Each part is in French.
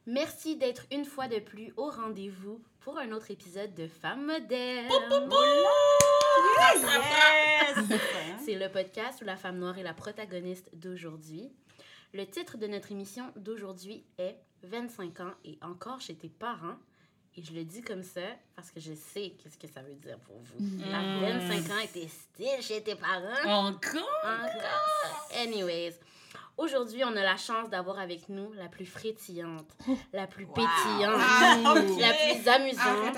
Merci d'être une fois de plus au rendez-vous pour un autre épisode de Femmes modernes. Yes! C'est le podcast où la femme noire est la protagoniste d'aujourd'hui. Le titre de notre émission d'aujourd'hui est 25 ans et encore chez tes parents. Et je le dis comme ça parce que je sais qu'est-ce que ça veut dire pour vous. À 25 ans et t'es still chez tes parents. Encore. Anyways. Aujourd'hui, on a la chance d'avoir avec nous la plus frétillante, la plus pétillante, la plus amusante,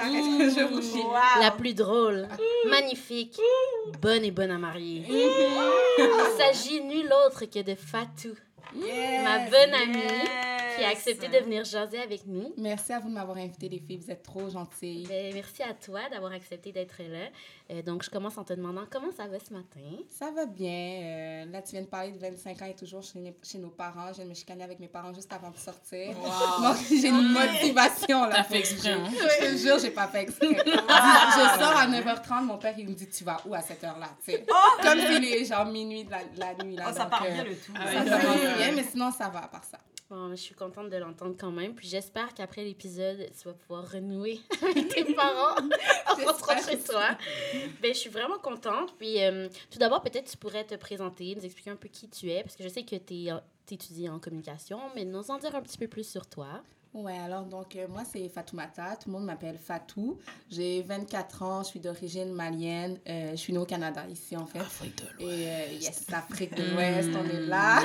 la plus drôle, magnifique, bonne et bonne à marier. Il s'agit nul autre que de Fatou, ma bonne amie qui a accepté de venir jaser avec nous. Merci à vous de m'avoir invité, les filles. Vous êtes trop gentilles. Merci à toi d'avoir accepté d'être là. Donc, je commence en te demandant comment ça va ce matin. Ça va bien. Là, tu viens de parler de 25 ans et toujours chez nos parents. Je viens de me chicaner avec mes parents juste avant de sortir. Wow. Donc, j'ai une motivation. Là, T'as fait exprès, hein? Je te jure, j'ai pas fait exprès. Je sors à 9h30, mon père, il me dit, tu vas où à cette heure-là? Comme s'il est genre minuit de la nuit. Là. Ça part bien le tout. Ça commence bien, mais sinon, ça va à part ça. Bon, je suis contente de l'entendre quand même. Puis j'espère qu'après l'épisode, tu vas pouvoir renouer avec tes parents en rentrant chez toi. Ben, je suis vraiment contente. Puis tout d'abord, peut-être tu pourrais te présenter, nous expliquer un peu qui tu es. Parce que je sais que tu étudies en communication, mais nous en dire un petit peu plus sur toi. Ouais, alors donc moi c'est Fatoumata, tout le monde m'appelle Fatou. J'ai 24 ans, je suis d'origine malienne, je suis née au Canada ici en fait. Afrique de l'Ouest. Et yes, Afrique de l'Ouest, on est là.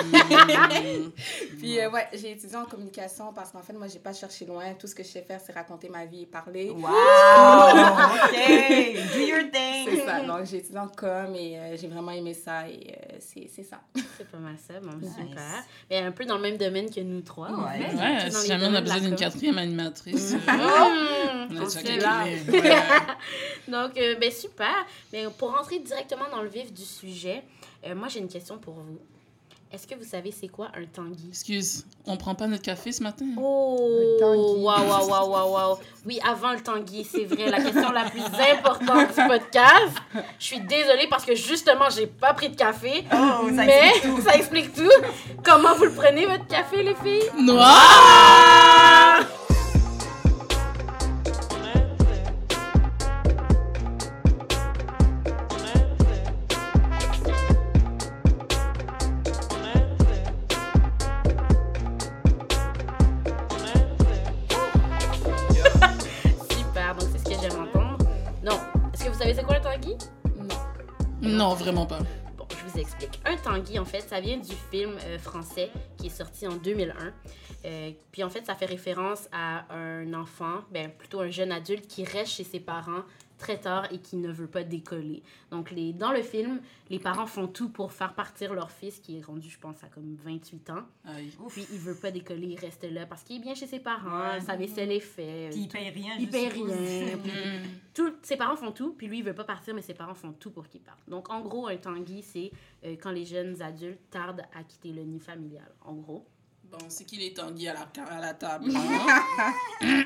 Puis ouais, j'ai étudié en communication parce qu'en fait moi j'ai pas cherché loin, tout ce que je sais faire c'est raconter ma vie et parler. Wow! OK! Do your thing! C'est ça, donc j'ai étudié en com et j'ai vraiment aimé ça et c'est ça. C'est pas mal ça, bon, super. Mais un peu dans le même domaine que nous trois. en Ouais. fait. Ouais, Dans si les jamais on a domaines de la besoin d'une com. quatrième animatrice. On On a se déjà fait là. calculé. Ouais. Donc, ben super. Mais pour rentrer directement dans le vif du sujet, moi, j'ai une question pour vous. Est-ce que vous savez c'est quoi un tanguy? Excuse, on prend pas notre café ce matin? Oh! Le tanguy. Waouh. Oui, avant le tanguy, c'est vrai, la question la plus importante du podcast. Je suis désolée parce que justement, j'ai pas pris de café. Oh, ça mais explique tout. ça explique tout. Comment vous le prenez, votre café, les filles? Noir! Super, donc c'est ce que j'aime entendre. Non, est-ce que vous savez c'est quoi le tanguy? Non, vraiment pas. Bon, je vous explique. Un tanguy, en fait, ça vient du film français qui est sorti en 2001. Puis, en fait, ça fait référence à un enfant, ben plutôt un jeune adulte qui reste chez ses parents très tard et qui ne veut pas décoller. Donc, dans le film, les parents font tout pour faire partir leur fils qui est rendu, je pense, à comme 28 ans. Aïe. Puis, il veut pas décoller, il reste là parce qu'il est bien chez ses parents, sa vaisselle est faite. Puis il paye rien. Il je paye suppose. rien. Ses parents font tout, puis lui, il veut pas partir, mais ses parents font tout pour qu'il parte. Donc, en gros, un tanguy, c'est quand les jeunes adultes tardent à quitter le nid familial, en gros. Bon, c'est qui les tanguis à la table? Hein?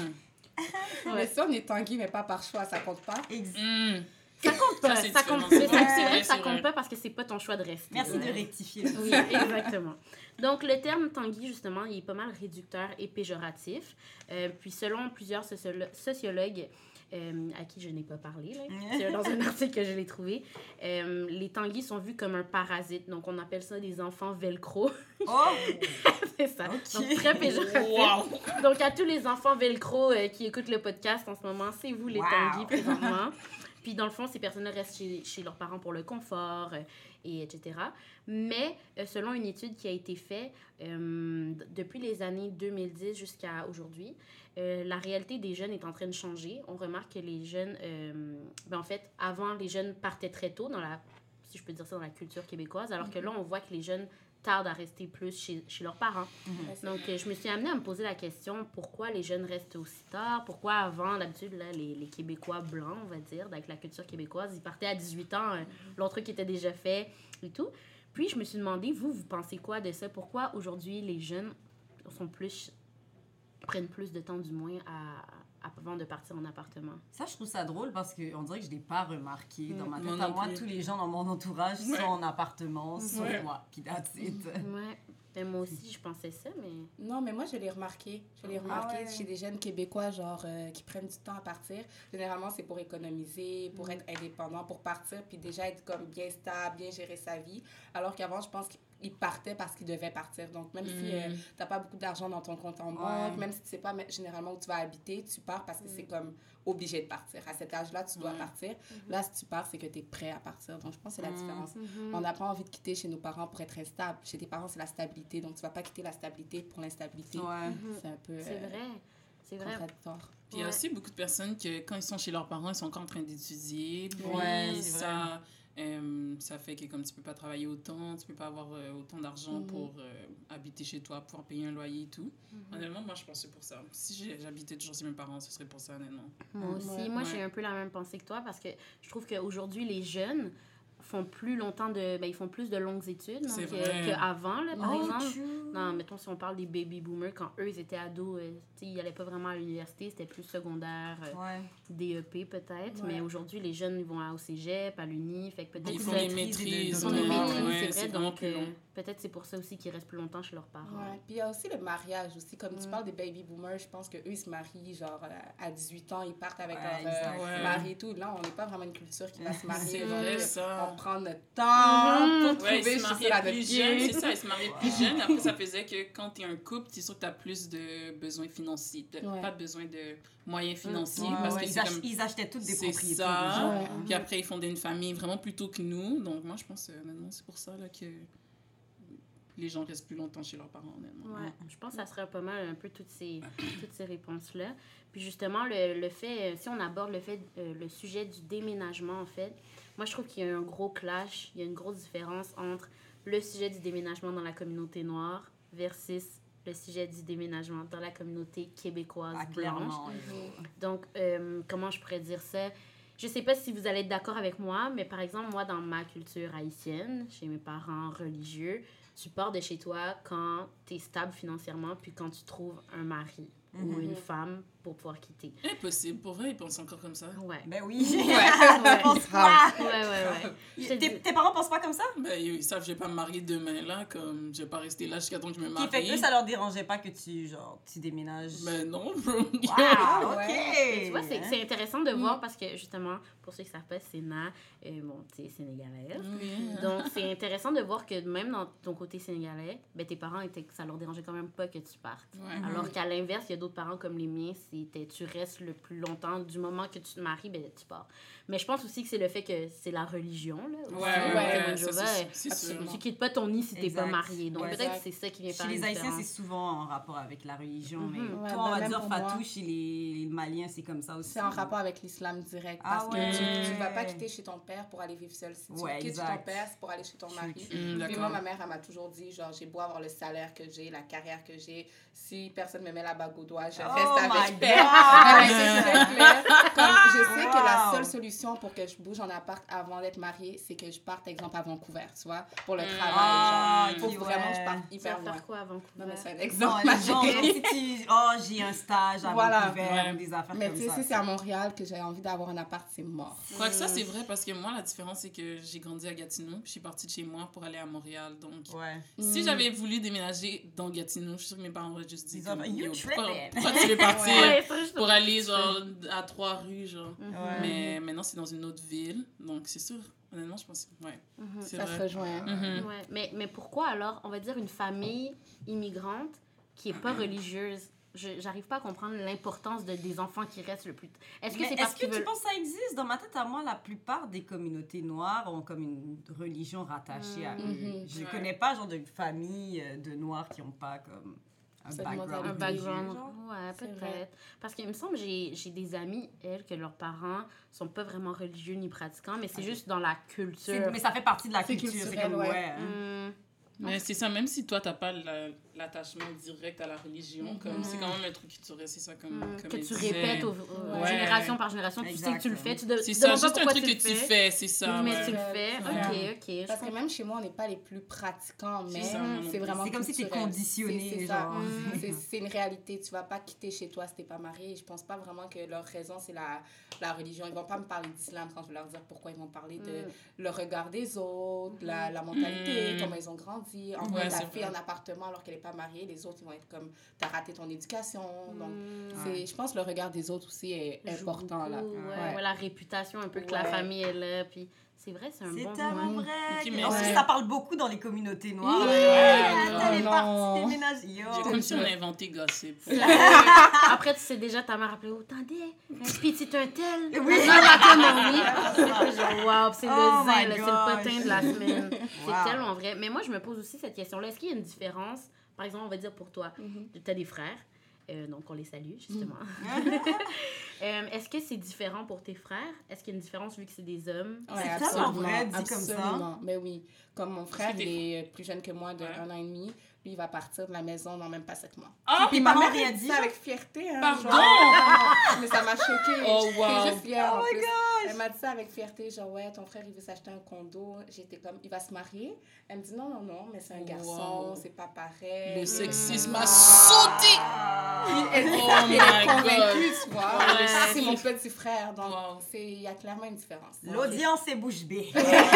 Mais ça on est tanguy mais pas par choix, ça compte pas. Ça compte pas, Ça, c'est ça compte. différent. Mais C'est c'est vrai vrai, que ça c'est compte vrai. pas parce que c'est pas ton choix de rester. Merci de rectifier. là. Oui, exactement. Donc, le terme tanguy, justement, il est pas mal réducteur et péjoratif. Puis, selon plusieurs sociologues à qui je n'ai pas parlé, là, c'est dans un article que je l'ai trouvé, les tanguys sont vus comme un parasite. Donc, on appelle ça des enfants velcro. Oh! C'est ça. Ok. Donc, très péjoratif. Wow! Donc, à tous les enfants velcro qui écoutent le podcast en ce moment, c'est vous les Wow. tanguys présentement. Puis, dans le fond, ces personnes-là restent chez leurs parents pour le confort, et etc. Mais, selon une étude qui a été faite depuis les années 2010 jusqu'à aujourd'hui, la réalité des jeunes est en train de changer. On remarque que les jeunes... en fait, avant, les jeunes partaient très tôt dans la... si je peux dire ça, dans la culture québécoise, alors que là, on voit que les jeunes tardent à rester plus chez leurs parents. Donc, je me suis amenée à me poser la question, pourquoi les jeunes restent aussi tard? Pourquoi avant, d'habitude, là, les Québécois blancs, on va dire, avec la culture québécoise, ils partaient à 18 ans, leur truc était déjà fait et tout. Puis, je me suis demandé, vous pensez quoi de ça? Pourquoi aujourd'hui, les jeunes prennent plus de temps, du moins, avant de partir en appartement? Ça, je trouve ça drôle parce qu'on dirait que je ne l'ai pas remarqué. Dans ma Moi tête, à non moi, plus. tous les gens dans mon entourage sont en appartement, sauf moi. Puis that's it. Ouais. Ben, moi aussi, je pensais ça, mais... Non, mais moi, je l'ai remarqué. Je l'ai remarqué ouais. chez des jeunes Québécois, genre, qui prennent du temps à partir. Généralement, c'est pour économiser, pour être indépendant, pour partir, puis déjà être comme bien stable, bien gérer sa vie. Alors qu'avant, je pense qu'ils partaient parce qu'ils devaient partir. Donc, même si t'as pas beaucoup d'argent dans ton compte en banque, même si tu sais pas généralement où tu vas habiter, tu pars parce que c'est comme obligé de partir. À cet âge-là, tu dois partir. Là, si tu pars, c'est que tu es prêt à partir. Donc, je pense que c'est la différence. On n'a pas envie de quitter chez nos parents pour être instable. Chez tes parents, c'est la stabilité. Donc, tu vas pas quitter la stabilité pour l'instabilité. C'est un peu C'est vrai. C'est vrai. contradictoire. Puis il y a aussi beaucoup de personnes que quand ils sont chez leurs parents, ils sont encore en train d'étudier. Puis Ouais, c'est ça, ça fait que comme tu peux pas travailler autant, tu peux pas avoir autant d'argent pour habiter chez toi, pouvoir payer un loyer et tout. Honnêtement, moi, je pense que c'est pour ça. Si j'habitais toujours chez mes parents, ce serait pour ça, honnêtement. Moi aussi. Moi, j'ai un peu la même pensée que toi parce que je trouve qu'aujourd'hui, les jeunes font plus longtemps ils font plus de longues études qu'avant, là, par exemple. Non, mettons, si on parle des baby boomers, quand eux, ils étaient ados, ils n'allaient pas vraiment à l'université, c'était plus secondaire, DEP peut-être. Mais aujourd'hui, les jeunes, ils vont au cégep, à l'uni, fait que peut-être... Ils font des maîtrises. Ils font des maîtrises, c'est vrai, vraiment donc plus long. peut-être c'est pour ça aussi qu'ils restent plus longtemps chez leurs parents. Ouais. Puis il y a aussi le mariage aussi. Comme tu parles des baby boomers, je pense qu'eux, ils se marient genre à 18 ans, ils partent avec leur mari et tout. Là, on n'est pas vraiment une culture qui va se marier. C'est vrai, ça. On prend notre temps pour trouver ils se mariaient la plus jeunes, c'est ça, ils se mariaient plus jeunes. Après, ça faisait que quand tu es un couple, tu es sûr que tu as plus de besoins financiers, pas de besoin de moyens financiers. Parce que ils achetaient toutes des c'est propriétés. ça. Puis après, ils fondaient une famille vraiment plus tôt que nous. Donc moi, je pense, honnêtement, c'est pour ça là, que les gens restent plus longtemps chez leurs parents, honnêtement. Ouais, je pense que ça serait pas mal un peu toutes ces réponses-là. Puis justement, le fait, si on aborde le sujet du déménagement, en fait, moi, je trouve qu'il y a un gros clash, il y a une grosse différence entre le sujet du déménagement dans la communauté noire versus le sujet du déménagement dans la communauté québécoise blanche. Donc, comment je pourrais dire ça? Je sais pas si vous allez être d'accord avec moi, mais par exemple, moi, dans ma culture haïtienne, chez mes parents religieux, tu pars de chez toi quand tu es stable financièrement, puis quand tu trouves un mari ou une femme pour pouvoir quitter. Impossible. Pour vrai, ils pensent encore comme ça. Ouais. Ben oui. Ouais. Pense pas. Ouais. Tes parents pensent pas comme ça? Ben, ils savent que je vais pas me marier demain, là, comme je vais pas rester là jusqu'à temps que je me marie. Qui fait que eux, ça leur dérangeait pas que tu déménages. Ben non, bro. Wow, ok. Mais tu vois, c'est intéressant de voir parce que, justement, pour ceux qui savent pas, Sénat, bon, tu es sénégalaise. Donc, c'est intéressant de voir que même dans ton côté sénégalais, ben, tes parents, ça leur dérangeait quand même pas que tu partes. Ouais. Alors qu'à l'inverse, il y a d'autres parents comme les miens, tu restes le plus longtemps. Du moment que tu te maries, ben, tu pars. Mais je pense aussi que c'est le fait que c'est la religion, là. Tu quittes pas ton nid si t'es pas marié. Donc, peut-être que c'est ça qui vient faire Chez les une Haïtiens, différence. c'est souvent en rapport avec la religion. Mais Ouais, toi, on va même dire pour Fatou, moi. chez les Maliens, c'est comme ça aussi. C'est en rapport avec l'islam direct. Ah Parce ouais. que tu ne vas pas quitter chez ton père pour aller vivre seul. Si tu quittes chez ton père, c'est pour aller chez ton mari. Puis moi, ma mère, elle m'a toujours dit, genre, j'ai beau avoir le salaire que j'ai, la carrière que j'ai, si personne me met la bague au doigt, je reste avec père. Elle a été très claire. Comme je sais que la seule solution pour que je bouge en appart avant d'être mariée, c'est que je parte, exemple, à Vancouver, tu vois, pour le travail. Il faut vraiment que je parte Tu hyper vas loin. faire quoi à Vancouver? Non, mais c'est un Non, exemple. genre, si j'ai un stage à Vancouver ou des affaires Mais comme tu sais, ça. si c'est à Montréal que j'ai envie d'avoir un appart, c'est mort. Quoi que ça, c'est vrai, parce que moi, la différence, c'est que j'ai grandi à Gatineau, puis je suis partie de chez moi pour aller à Montréal. Donc, si j'avais voulu déménager dans Gatineau, je suis sûre que mes parents auraient juste dit comme, You pourquoi tu veux partir pour aller, genre, à 3 rues, genre. Mais maintenant, c'est dans une autre ville, donc c'est sûr. Honnêtement, je pense que, c'est Ça vrai. se rejoint. Ouais. Mais pourquoi alors, on va dire, une famille immigrante qui est pas religieuse? J'arrive pas à comprendre l'importance des enfants qui restent le plus... Est-ce que c'est parce qu'ils veulent... tu penses que ça existe? Dans ma tête, à moi, la plupart des communautés noires ont comme une religion rattachée à eux. Je connais pas genre de famille de noirs qui ont pas comme un background religieux, genre. Ouais, C'est peut-être. vrai. Parce qu'il me semble que j'ai des amis, elles, que leurs parents sont pas vraiment religieux ni pratiquants, mais c'est juste dans la culture. Mais ça fait partie de la C'est culture. C'est culturel, comme, ouais. Hmm. Mais c'est ça, même si toi, t'as pas l'attachement direct à la religion. Comme, c'est quand même un truc culturel, c'est ça, comme que tu disait. répètes génération par génération. Tu sais que tu le fais. C'est ça, juste un truc que tu fais, c'est ça. Mais tu le fais. OK. Parce que même chez moi, on n'est pas les plus pratiquants, mais c'est vraiment c'est comme si tu es conditionné. C'est une réalité. Tu vas pas quitter chez toi si tu n'es pas marié. Je pense pas vraiment que leur raison, c'est la religion. Ils vont pas me parler d'islam quand je vais leur dire pourquoi. Ils vont parler de le regard des autres, la mentalité, comment ils ont grandi. En vrai, ta fille en appartement alors qu'elle n'est pas mariée, les autres, ils vont être comme, t'as raté ton éducation. Donc, je pense que le regard des autres aussi est important. Là. La réputation un peu que la famille est là. Puis c'est vrai, c'est un bon point. C'est tellement vrai. Okay, en plus, ça parle beaucoup dans les communautés noires. Elle est partie déménager. J'ai comme si on a inventé gossip. Après, tu sais déjà, ta mère appelait, attendez, puis c'est un tel. Oui. Genre, wow, c'est le zin, c'est le potin de la semaine. C'est tellement vrai. Mais moi, je me pose aussi cette question-là. Est-ce qu'il y a une différence, par exemple, on va dire pour toi, tu as des frères, donc on les salue, justement. Est-ce que c'est différent pour tes frères? Est-ce qu'il y a une différence vu que c'est des hommes? C'est tellement vrai, dit comme ça. Mais oui, comme mon frère, il est plus jeune que moi de 1 an et demi. Lui, il va partir de la maison dans même pas 7 mois. Puis ma mère a dit ça avec fierté. Hein, pardon! Mais ça m'a choquée. Oh, wow! C'était juste hier, en plus. Gosh. Elle m'a dit ça avec fierté. Genre, ouais, ton frère, il veut s'acheter un condo. J'étais comme, il va se marier. Elle me dit, non, mais c'est un garçon. C'est pas pareil. Le sexisme a sauté! Elle est convaincue, tu vois. C'est mon petit frère. Donc, il y a clairement une différence. L'audience est bouche bée.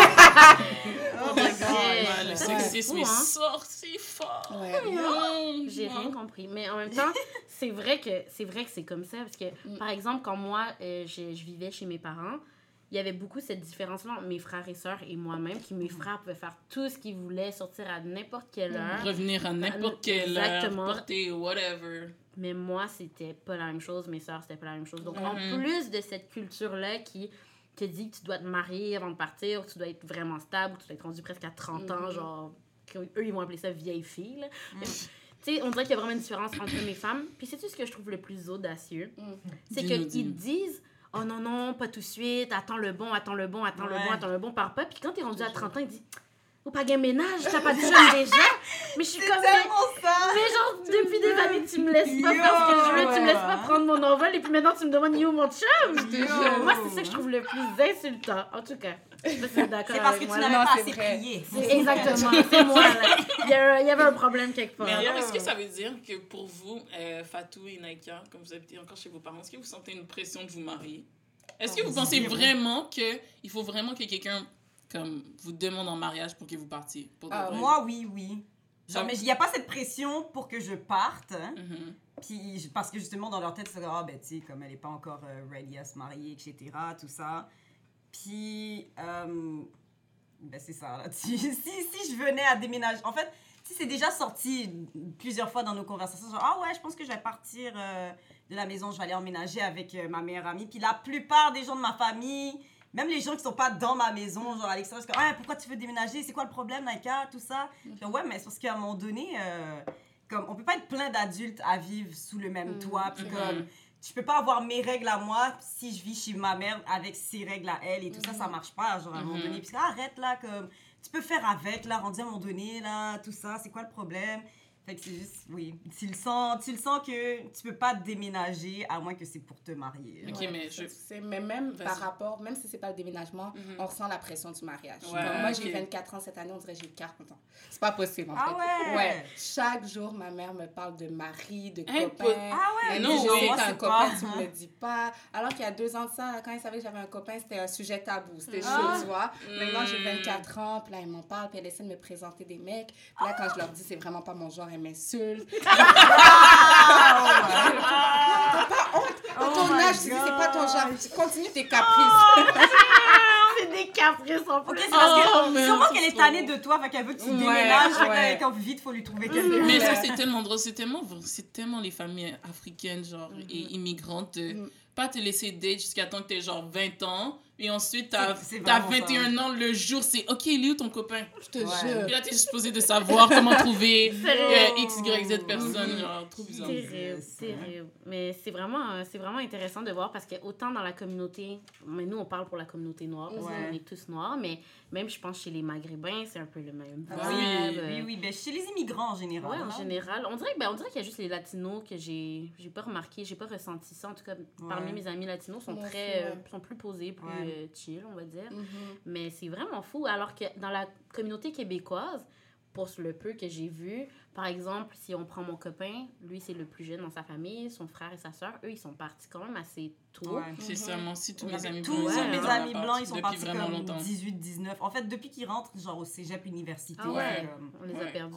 Oh my God! Le sexisme est sorti fort. J'ai rien compris. Mais en même temps, c'est vrai que c'est comme ça. Parce que, par exemple, quand moi, je vivais chez mes parents, il y avait beaucoup cette différence-là entre mes frères et sœurs et moi-même, qui mes frères pouvaient faire tout ce qu'ils voulaient, sortir à n'importe quelle heure. Revenir à n'importe quelle heure, porter whatever. Mais moi, c'était pas la même chose. Mes sœurs, c'était pas la même chose. Donc, en plus de cette culture-là qui te dit que tu dois te marier avant de partir, ou tu dois être vraiment stable, ou tu dois être rendu presque à 30 ans, genre... Eux, ils vont appeler ça vieille fille, là. Tu sais, on dirait qu'il y a vraiment une différence entre hommes et femmes. Puis c'est tout ce que je trouve le plus audacieux. C'est qu'ils disent, oh non, pas tout de suite, attends le bon, pars pas. Puis quand t'es rendu à 30 ans, ils disent, ou pas gain ménage, t'as pas de jeune déjà. Mais je suis comme, mais genre, depuis des années, tu me laisses pas faire ce que je veux, tu me laisses pas prendre mon envol, et puis maintenant, tu me demandes, yo, mon chum. Moi, c'est ça que je trouve le plus insultant, en tout cas. C'est parce que tu n'avais pas assez prié. Exactement, c'est moi. Là. Il y avait un problème quelque part. Mais alors, est-ce que ça veut dire que pour vous, Fatou et Naïka, comme vous habitez encore chez vos parents, est-ce que vous sentez une pression de vous marier? Est-ce que vous pensez vraiment qu'il faut vraiment que quelqu'un comme, vous demande en mariage pour que vous partiez? Moi, oui. Genre, mais il n'y a pas cette pression pour que je parte. Puis, parce que justement, dans leur tête, c'est comme, ben, tu sais, comme elle n'est pas encore ready à se marier, etc., tout ça. Puis, ben c'est ça. Là. Si je venais à déménager... En fait, si c'est déjà sorti plusieurs fois dans nos conversations, genre, je pense que je vais partir de la maison, je vais aller emménager avec ma meilleure amie. Puis la plupart des gens de ma famille, même les gens qui ne sont pas dans ma maison, genre à l'extérieur, c'est comme, pourquoi tu veux déménager? C'est quoi le problème, Naïka? Tout ça. Genre, mais c'est parce qu'à un moment donné, comme, on peut pas être plein d'adultes à vivre sous le même toit. Puis comme... Je peux pas avoir mes règles à moi si je vis chez ma mère avec ses règles à elle et tout ça marche pas, genre à un moment donné. Puis arrête là, comme, tu peux faire avec, là, rendu à un moment donné, là, tout ça, c'est quoi le problème? Fait que c'est juste, oui, tu le sens que tu peux pas déménager à moins que c'est pour te marier. Ok, mais même par rapport, même si c'est pas le déménagement, on ressent la pression du mariage. Ouais, moi, j'ai 24 ans cette année, on dirait que j'ai 40 ans. C'est pas possible, en fait. Ouais. Chaque jour, ma mère me parle de mari, de copain. Ouais. Non, je sais que t'as un copain, tu me le dis pas. Alors qu'il y a 2 ans de ça, quand ils savaient que j'avais un copain, c'était un sujet tabou. C'était chaud, tu vois. Maintenant, j'ai 24 ans, puis là, ils m'en parlent, puis elle essaie de me présenter des mecs. Puis là, quand je leur dis, c'est vraiment pas mon genre, elle m'insulte. T'as pas honte? À ton âge, tu dis, c'est pas ton genre. Continue tes caprices. C'est des caprices en plus. Ok, c'est parce que sûrement qu'elle est tannée de toi, fait qu'elle veut que tu déménages, quand vite, faut lui trouver quelqu'un. Mais ça, c'est tellement drôle. C'est tellement les familles africaines, genre, et immigrantes, pas te laisser date jusqu'à temps que t'aies genre 20 ans. Et ensuite, t'as 21 ans le jour, c'est OK, il est où ton copain? Je te jure. Puis là, t'es supposé de savoir comment trouver X, Y, Z personne. Genre, trop bizarre. Terrible. Mais c'est vraiment intéressant de voir parce que autant dans la communauté, mais nous, on parle pour la communauté noire, parce qu'on est tous noirs, mais même, je pense, chez les Maghrébins, c'est un peu le même vibe. Oui. Ben, chez les immigrants, en général. Oui, en général. On dirait qu'il y a juste les Latinos que j'ai pas remarqué, j'ai pas ressenti ça. En tout cas, parmi mes amis latinos, sont plus posés, plus chill, on va dire. Mais c'est vraiment fou. Alors que dans la communauté québécoise, pour le peu que j'ai vu, par exemple, si on prend mon copain, lui, c'est le plus jeune dans sa famille, son frère et sa soeur, eux, ils sont partis quand même assez tôt. C'est ça, moi aussi, tous mes amis blancs. Tous mes amis blancs, ils sont partis vraiment comme longtemps. 18, 19. En fait, depuis qu'ils rentrent, genre au cégep université. On les a perdus.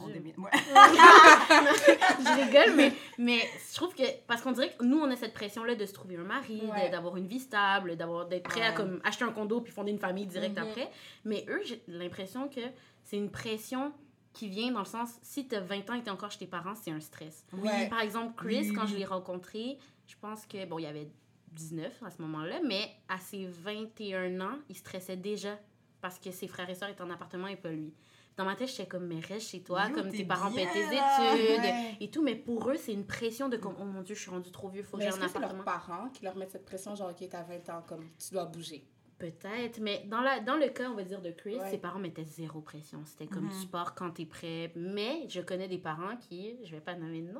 Je rigole, mais je trouve que, parce qu'on dirait que nous, on a cette pression-là de se trouver un mari, d'avoir une vie stable, d'être prêt à comme, acheter un condo puis fonder une famille direct après. Mais eux, j'ai l'impression que c'est une pression qui vient dans le sens, si tu as 20 ans et tu es encore chez tes parents, c'est un stress. Par exemple, Chris, quand je l'ai rencontré, je pense que, il y avait 19 à ce moment-là, mais à ses 21 ans, il stressait déjà parce que ses frères et sœurs étaient en appartement et pas lui. Dans ma tête, j'étais comme, mais reste chez toi, comme tes parents paient tes études et tout, mais pour eux, c'est une pression de comme, oh mon Dieu, je suis rendue trop vieux, faut que j'ai un appartement. C'est leurs parents qui leur mettent cette pression, genre, OK, t'as 20 ans, comme, tu dois bouger. Peut-être, mais dans le cas, on va dire, de Chris, ses parents mettaient zéro pression. C'était comme tu pars quand t'es prêt. Mais je connais des parents qui, je vais pas nommer de nom,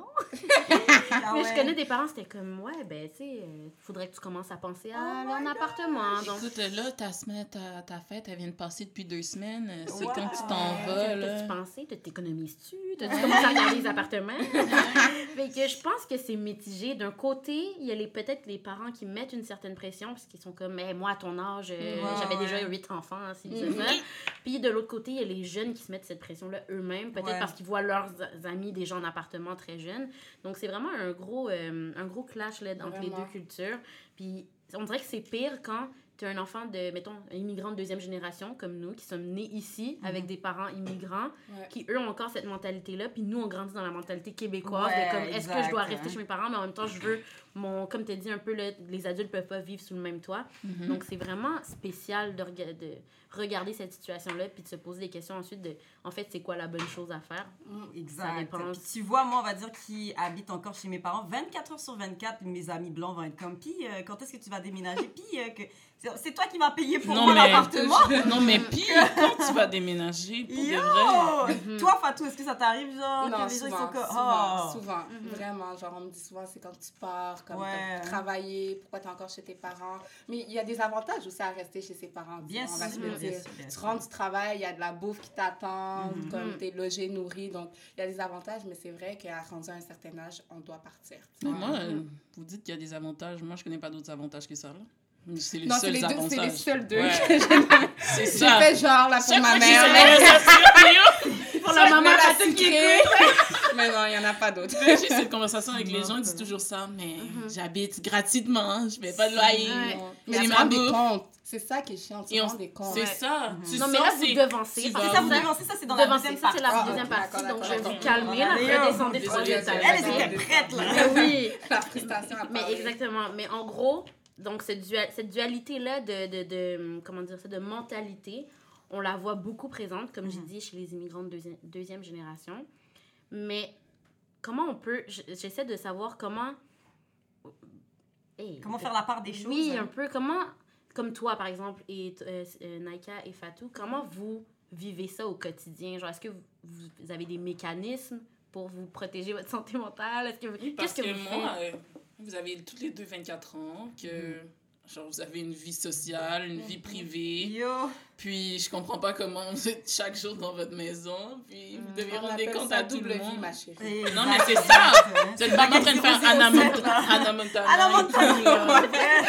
mais je connais des parents, c'était comme, tu sais, faudrait que tu commences à penser à un appartement. Donc... Écoute, là, ta fête, elle vient de passer depuis 2 semaines. C'est quand tu t'en vas, là. T'as-tu pensé? T'économises-tu? T'as-tu commencé à regarder les appartements? Fait que je pense que c'est mitigé. D'un côté, il y a peut-être les parents qui mettent une certaine pression parce qu'ils sont comme, moi, à ton âge, j'avais déjà 8 enfants, Puis de l'autre côté, il y a les jeunes qui se mettent cette pression-là eux-mêmes, peut-être parce qu'ils voient leurs amis déjà en appartement très jeunes. Donc, c'est vraiment un gros clash là, entre les deux cultures. Puis, on dirait que c'est pire quand tu es un enfant de, mettons, un immigrant de 2e génération, comme nous, qui sommes nés ici, avec des parents immigrants, qui, eux, ont encore cette mentalité-là. Puis nous, on grandit dans la mentalité québécoise de comme, est-ce que je dois rester chez mes parents, mais en même temps, je veux comme tu as dit un peu, là, les adultes peuvent pas vivre sous le même toit. Donc, c'est vraiment spécial de regarder cette situation-là, puis de se poser des questions ensuite de, en fait, c'est quoi la bonne chose à faire. Exact. Puis tu vois, moi, on va dire qui habite encore chez mes parents, 24 heures sur 24, mes amis blancs vont être comme, puis quand est-ce que tu vas déménager? Puis c'est toi qui vas payer pour moi l'appartement. Non, mais puis quand tu vas déménager, pour de vrai. Toi, Fatou, est-ce que ça t'arrive, genre, non, que les gens souvent, sont comme... souvent. Vraiment, genre, on me dit souvent, c'est quand tu pars, comme t'as travaillé, pourquoi t'es encore chez tes parents. Mais il y a des avantages aussi à rester chez ses parents. Bien sûr, tu rentres du travail, il y a de la bouffe qui t'attend, comme t'es logé, nourri, donc il y a des avantages, mais c'est vrai qu'à rendu à un certain âge, on doit partir. Moi, vous dites qu'il y a des avantages, moi je connais pas d'autres avantages que ça, là. C'est les seuls avantages. C'est les seuls deux. C'est ça. J'ai fait genre, là, pour ma mère. Pour la maman, la sucrée. Mais non, il n'y en a pas d'autres. J'ai cette conversation avec les gens, ils disent toujours ça, mais j'habite gratuitement, je ne paie pas de loyer. Mais tu rends des comptes. C'est ça qui est chiant, tu rends des comptes. C'est ça. Non, mais là, vous devancez. Ça, c'est dans la deuxième partie. C'est la deuxième partie, donc je vais vous calmer. Là, redescendez 3 étages. Elle était prête, là. Oui. La frustration à Mais exactement. Mais en gros... Donc, cette dualité-là comment dire ça, de mentalité, on la voit beaucoup présente, comme j'ai dit, chez les immigrants de 2e génération. Mais comment on peut... J'essaie de savoir comment... Comment faire la part des choses. Oui, un peu. Comment... Comme toi, par exemple, et Naika et Fatou, comment vous vivez ça au quotidien? Genre, est-ce que vous avez des mécanismes pour vous protéger votre santé mentale? Qu'est-ce que vous faites? Vous avez toutes les deux 24 ans, genre vous avez une vie sociale, une vie privée. Puis je comprends pas comment vous êtes chaque jour dans votre maison, puis vous devez rendre compte à tout le monde. Vie, ma chérie. Non, mais c'est ça! Vous êtes pas en train de faire Anna Montana.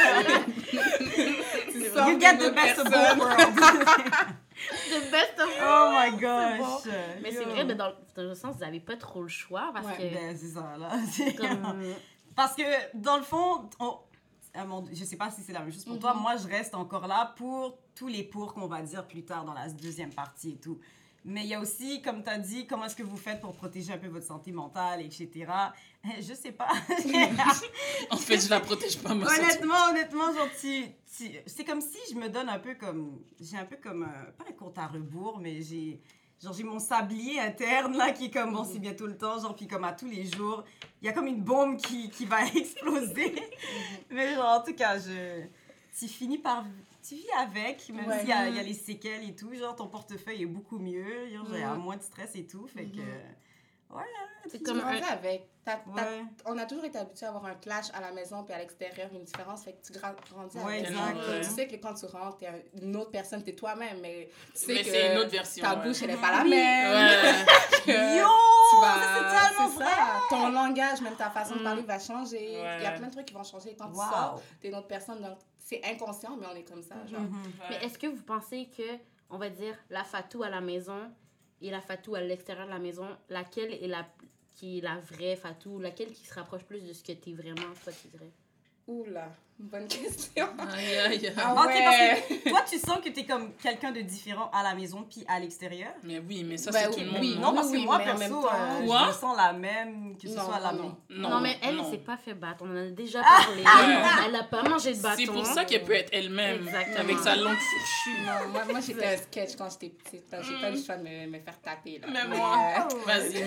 You get the best of both worlds. The best of Oh my gosh! Bon. Mais c'est vrai, mais dans le sens, vous n'avez pas trop le choix, parce que... Ben, c'est ça, là. Parce que, dans le fond, je sais pas si c'est la même chose pour toi, moi, je reste encore là pour tous les pour qu'on va dire plus tard dans la deuxième partie et tout. Mais il y a aussi, comme tu as dit, comment est-ce que vous faites pour protéger un peu votre santé mentale, etc. Je sais pas. En fait, je la protège pas, moi. Honnêtement, genre, c'est comme si je me donne un peu comme... J'ai un peu comme... pas un compte à rebours, mais j'ai mon sablier interne, là, qui est comme, bon, c'est bientôt le temps, genre, puis comme à tous les jours, il y a comme une bombe qui va exploser. Mais genre, en tout cas, tu vis avec, même s'il y a les séquelles et tout, genre, ton portefeuille est beaucoup mieux, genre, il y a moins de stress et tout, fait que... Ouais, c'est comme avec. On a toujours été habitués à avoir un clash à la maison puis à l'extérieur, une différence, fait que tu grandis avec. Tu sais que quand tu rentres, t'es une autre personne, t'es toi-même, mais tu sais que c'est une autre version, ta bouche, elle n'est pas la même. Yo! C'est tellement vrai! Ton langage, même ta façon de parler va changer. Il y a plein de trucs qui vont changer quand tu sors. T'es une autre personne, donc c'est inconscient, mais on est comme ça. Genre. Mais est-ce que vous pensez que, on va dire, la Fatou à la maison et la Fatou à l'extérieur de la maison, laquelle est qui est la vraie Fatou, laquelle qui se rapproche plus de ce que t'es vraiment, toi, tu dirais? Oula, bonne question. Aïe. Ok, parce que toi, tu sens que t'es comme quelqu'un de différent à la maison puis à l'extérieur. Mais oui, mais ça, c'est tout le monde. Oui, non, parce que moi, perso, je me sens la même, que ce soit à la maison. Non, mais elle s'est pas fait battre. On en a déjà parlé. Elle a pas mangé de bâton. C'est pour ça qu'elle peut être elle-même. Exactement. Avec sa langue fourchue. Non, moi j'étais un sketch quand j'étais petite. J'ai pas eu le choix de me faire taper. Là. Mais moi, vas-y.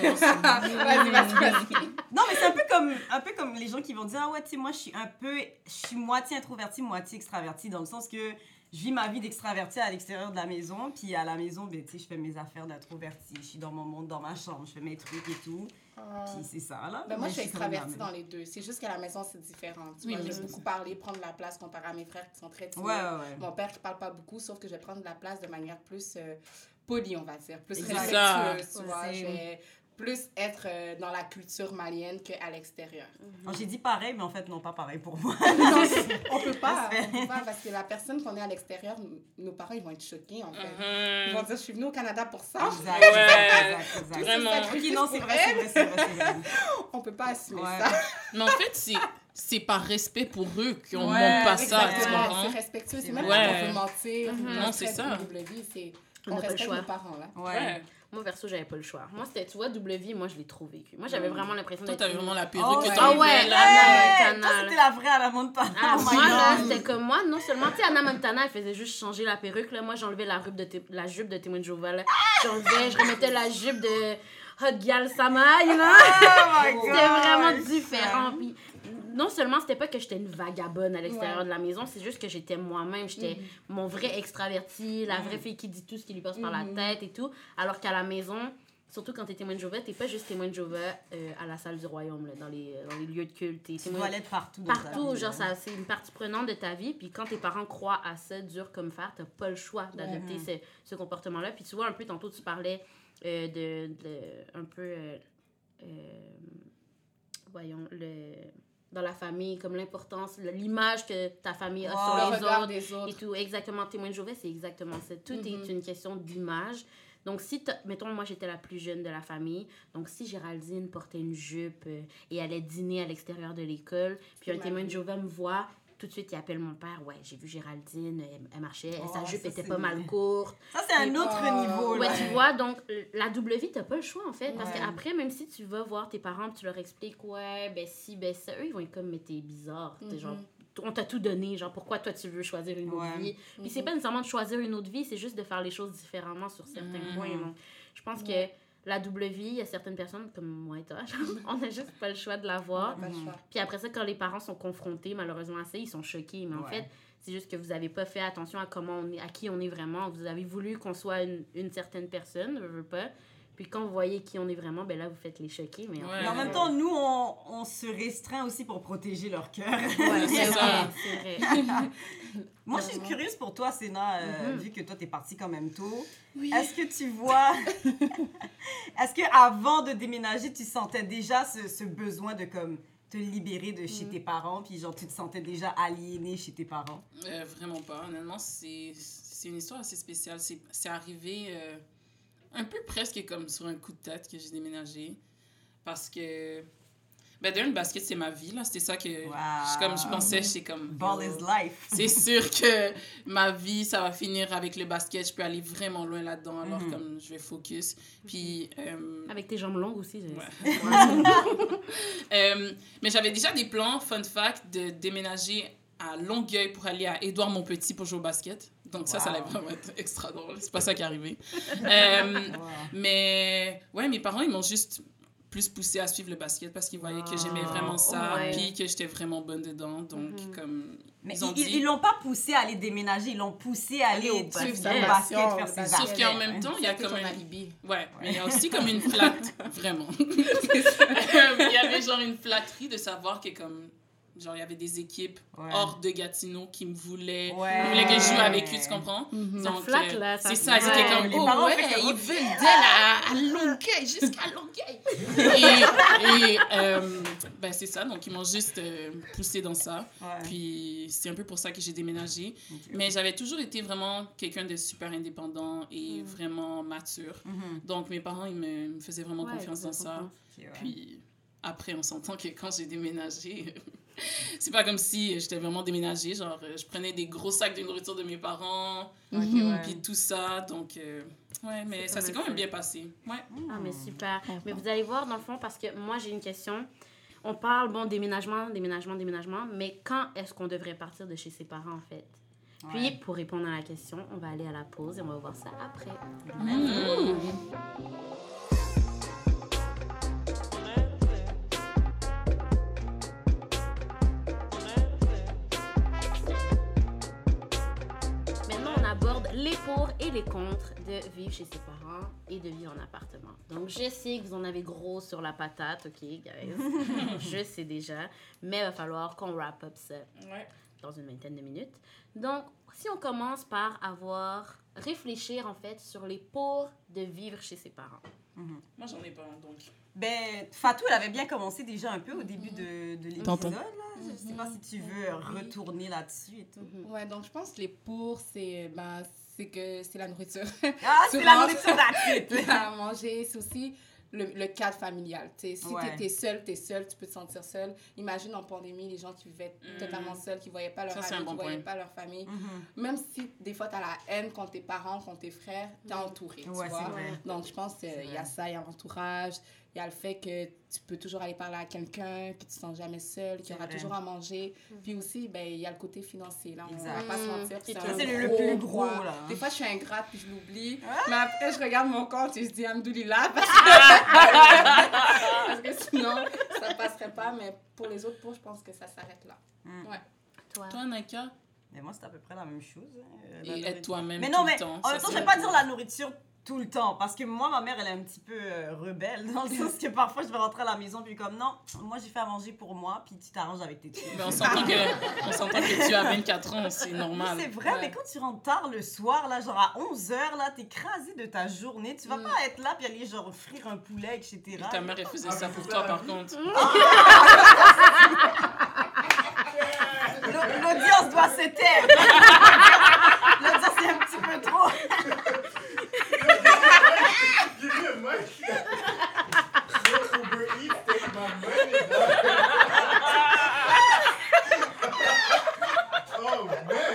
Non, mais c'est un peu comme les gens qui vont dire, ah ouais, tu sais, moi, je suis moitié introvertie, moitié extravertie, dans le sens que je vis ma vie d'extravertie à l'extérieur de la maison, puis à la maison, ben, tu sais, je fais mes affaires d'introvertie, je suis dans mon monde, dans ma chambre, je fais mes trucs et tout, puis c'est ça, là. Ben moi, je suis extravertie dans les deux. C'est juste qu'à la maison, c'est différent. Tu vois, j'aime beaucoup parler, prendre la place comparé à mes frères qui sont très timides. Ouais. Mon père qui parle pas beaucoup, sauf que je vais prendre de la place de manière plus polie, on va dire, plus respectueuse, tu vois. Je vais plus être dans la culture malienne qu'à l'extérieur. J'ai dit pareil, mais en fait, non, pas pareil pour moi. Non, on peut pas, parce que la personne qu'on est à l'extérieur, nos parents, ils vont être choqués, en fait. Ils vont dire, je suis venue au Canada pour ça. Exact. Vraiment. Ok, non, c'est vrai. On peut pas assumer ça. Mais en fait, c'est par respect pour eux qu'on montre pas ça, tu comprends? C'est respectueux, c'est même pas qu'on veut mentir. Non, c'est ça. On respecte nos parents, là. Ouais. Moi, perso, j'avais pas le choix. Moi, c'était, tu vois, double vie, moi, je l'ai trop vécu. Moi, j'avais vraiment l'impression d'être... Toi, t'avais vraiment la perruque que t'avais Anna Montana. Toi, c'était la vraie Anna Montana. Moi, là, c'était comme moi, non seulement, tu sais, Anna Montana, elle faisait juste changer la perruque, là. Moi, j'enlevais la jupe de Témoin de Jéhovah, là. Je remettais la jupe de Hot Gal Samaï, là. C'était vraiment différent. Puis, non seulement c'était pas que j'étais une vagabonde à l'extérieur de la maison, c'est juste que j'étais moi-même, j'étais mon vrai extraverti, la vraie fille qui dit tout ce qui lui passe par la tête et tout, alors qu'à la maison, surtout quand t'es témoin de Jéhovah, t'es pas juste témoin de Jéhovah à la salle du royaume, là, dans les lieux de culte. Tu dois aller partout. Partout, genre ça, c'est une partie prenante de ta vie, puis quand tes parents croient à ça, dur comme fer, t'as pas le choix d'adopter ce comportement-là. Puis tu vois, un peu tantôt tu parlais un peu, voyons, dans la famille, comme l'importance, l'image que ta famille a sur les autres et tout. Exactement, témoin de Jéhovah, c'est exactement ça. Tout est une question d'image. Donc, si, mettons, moi, j'étais la plus jeune de la famille. Donc, si Géraldine portait une jupe et allait dîner à l'extérieur de l'école, puis un témoin de Jéhovah me voit, tout de suite, il appelle mon père. Ouais, j'ai vu Géraldine, elle marchait, sa jupe était pas mal courte. Ça, c'est un autre niveau. Ouais, tu vois, donc la double vie, t'as pas le choix, en fait. Parce qu'après, même si tu vas voir tes parents, tu leur expliques, ouais, ben si, ben ça, eux, ils vont être comme, mais t'es bizarre. T'es genre, on t'a tout donné, genre, pourquoi toi, tu veux choisir une autre vie? Puis c'est pas nécessairement de choisir une autre vie, c'est juste de faire les choses différemment sur certains points. Donc, je pense que la double vie, il y a certaines personnes comme moi et toi, on n'a juste pas le choix de l'avoir. Puis après ça, quand les parents sont confrontés malheureusement à ça, ils sont choqués. Mais en fait, c'est juste que vous n'avez pas fait attention à à qui on est vraiment. Vous avez voulu qu'on soit une certaine personne, je veux pas. Puis quand vous voyez qui on est vraiment, ben là, vous faites les choquer. Mais en même temps, nous, on se restreint aussi pour protéger leur cœur. Ouais, c'est vrai. Moi, je suis curieuse pour toi, Séna, vu que toi, t'es partie quand même tôt. Oui. Est-ce que tu vois... Est-ce qu'avant de déménager, tu sentais déjà ce besoin de comme te libérer de chez tes parents, puis genre, tu te sentais déjà aliénée chez tes parents? Vraiment pas. Honnêtement, c'est une histoire assez spéciale. C'est arrivé... un peu presque comme sur un coup de tête que j'ai déménagé. Parce que... Ben, d'ailleurs, le basket, c'est ma vie, là. C'était ça que je pensais, j'étais comme... Ball is life. C'est sûr que ma vie, ça va finir avec le basket. Je peux aller vraiment loin là-dedans, alors comme je vais focus. Puis... avec tes jambes longues aussi. Mais j'avais déjà des plans, fun fact, de déménager à Longueuil pour aller à Édouard-Montpetit pour jouer au basket. Donc ça allait vraiment être extra drôle. C'est pas ça qui est arrivé. Mais ouais, mes parents, ils m'ont juste plus poussé à suivre le basket parce qu'ils voyaient que j'aimais vraiment ça, puis que j'étais vraiment bonne dedans. Donc, comme... Mais ils l'ont pas poussé à aller déménager, ils l'ont poussé à aller au basket, faire ses affaires. Sauf qu'en même temps, il y a comme mais il y a aussi comme une flatterie, vraiment. Il y avait genre une flatterie de savoir que comme... Genre, il y avait des équipes hors de Gatineau qui me voulaient que je joue avec eux, tu comprends? Donc, flatte, là. C'est ça, ils étaient comme, ils veulent d'elle à Longueuil, jusqu'à Longueuil. Et ben, c'est ça, donc ils m'ont juste poussé dans ça. Puis, c'est un peu pour ça que j'ai déménagé. Mais j'avais toujours été vraiment quelqu'un de super indépendant et vraiment mature. Donc, mes parents, ils me faisaient vraiment confiance dans ça. Puis, après, on s'entend que quand j'ai déménagé... c'est pas comme si j'étais vraiment déménagée, genre je prenais des gros sacs de nourriture de mes parents, puis tout ça, donc mais ça s'est quand même bien passé. Ah, mais super. Mais vous allez voir, dans le fond, parce que moi j'ai une question, on parle, déménagement, mais quand est-ce qu'on devrait partir de chez ses parents, en fait? Puis, pour répondre à la question, on va aller à la pause et on va voir ça après. Les pour et les contre de vivre chez ses parents et de vivre en appartement. Donc, je sais que vous en avez gros sur la patate, OK, guys? Je sais déjà. Mais il va falloir qu'on wrap up ça dans une vingtaine de minutes. Donc, si on commence par réfléchir, en fait, sur les pour de vivre chez ses parents. Moi, j'en ai pas, donc... Ben, Fatou, elle avait bien commencé déjà un peu au début de l'épisode, là. Je sais pas si tu veux retourner là-dessus et tout. Ouais, donc je pense que les pour, c'est que c'est la nourriture. Ah, c'est la nourriture gratuite! À manger, c'est aussi le cadre familial. T'sais, si t'es seul, tu peux te sentir seul. Imagine en pandémie, les gens qui vivaient totalement seuls, qui ne voyaient pas leur amis, qui ne voyaient pas leur famille. Même si des fois, tu as la haine contre tes parents, contre tes frères, tu es entouré. Tu vois? Donc, je pense qu'il y a ça, il y a l'entourage. Il y a le fait que tu peux toujours aller parler à quelqu'un, que tu ne te sens jamais seul, qu'il y aura toujours à manger. Puis aussi, ben, il y a le côté financier. Là. On ne va pas se mentir. C'est le plus gros. Là. Des fois, je suis ingrate puis je l'oublie. Mais après, je regarde mon compte et je dis Hamdoulillah parce que sinon, ça ne passerait pas. Mais pour les autres, je pense que ça s'arrête là. Toi, Naka? Mais moi, c'est à peu près la même chose. Et être toi-même tout le temps. En même temps, je ne vais pas dire la nourriture tout le temps, parce que moi, ma mère, elle est un petit peu rebelle, dans le sens que parfois, je vais rentrer à la maison, puis comme, non, moi, j'ai fait à manger pour moi, puis tu t'arranges avec tes trucs. Mais on s'entend que tu as 24 ans, c'est normal. C'est vrai, mais quand tu rentres tard le soir, là, genre à 11h, là, t'es crasé de ta journée, tu vas pas être là, puis aller, genre, frire un poulet, etc. Et ta mère, elle faisait ça pour toi, par contre. L'audience doit se taire. L'audience, c'est un petit peu trop. Give me a mic. Uber Eats take my money. Oh man.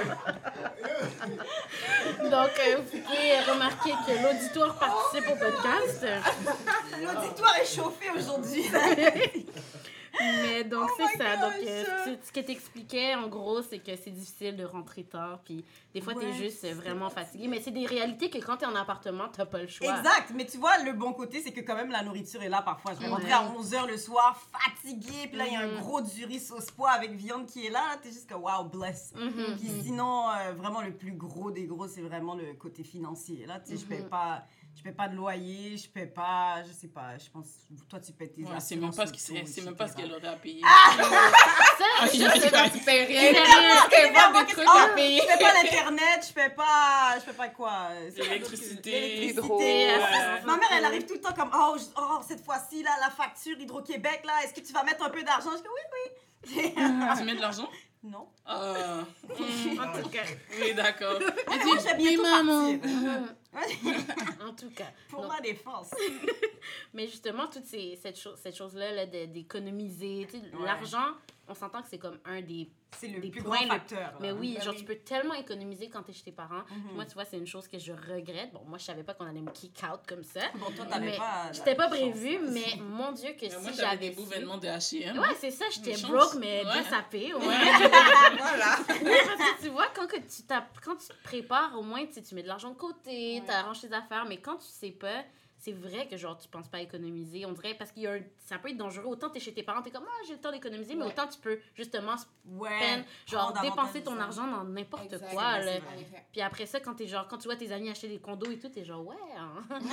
Donc, vous pouvez remarquer que l'auditoire participe au podcast. L'auditoire est chauffé aujourd'hui. Mais donc, c'est ça. Donc, ce que t'expliquais, en gros, c'est que c'est difficile de rentrer tard. Puis, des fois, t'es juste vraiment fatigué. Mais c'est des réalités que quand t'es en appartement, t'as pas le choix. Exact. Mais tu vois, le bon côté, c'est que quand même, la nourriture est là parfois. Je vais rentrer à 11h le soir, fatiguée. Puis là, il y a un gros du riz sauce pois avec viande qui est là. T'es juste que, wow, bless. Puis sinon, vraiment, le plus gros des gros, c'est vraiment le côté financier. Là, tu sais, je paie pas de loyer, je paie pas, je sais pas, je pense, toi tu paies tes assurances. C'est même pas ce qu'elle aurait à payer. Tu paies rien. Tu paies pas des trucs à payer. Je paie pas l'internet, je paie pas quoi? L'électricité. L'hydro. Ma mère, elle arrive tout le temps comme, oh cette fois-ci, là, la facture Hydro-Québec, là, est-ce que tu vas mettre un peu d'argent? Je dis, oui. Tu mets de l'argent? Non. En tout cas. Oui, d'accord. Moi, je vais bientôt partir. En tout cas. Pour Donc, ma défense. mais justement, cette chose-là là, d'économiser, tu sais, l'argent, on s'entend que c'est comme un des C'est le des plus points grand facteur. Mais oui, Ben genre, oui. tu peux tellement économiser quand t'es chez tes parents. Mhm. Moi, tu vois, c'est une chose que je regrette. Bon, moi, je savais pas qu'on allait me kick out comme ça. Bon, toi, t'avais Mais pas. J'étais pas chance. prévu, mais mon Dieu, que Mais moi, si j'avais j'avais des beaux su... vêtements de H&M. Ouais, c'est ça, j'étais Une chance. broke, mais bien Ouais. sapée. Ouais. Voilà. Ouais, parce que tu vois, quand tu te prépares, au moins, tu mets de l'argent de côté, Ouais. tu arranges tes affaires, mais quand tu sais pas, c'est vrai que genre tu penses pas à économiser. On dirait, parce que ça peut être dangereux. Autant t'es chez tes parents, t'es comme, j'ai le temps d'économiser, mais Ouais. autant tu peux justement Ouais. genre prendre dépenser avantage ton de ça. argent dans n'importe Exact, quoi. c'est Là. vrai. En effet. Puis après ça, quand tu vois tes amis acheter des condos et tout, t'es genre, ouais, hein.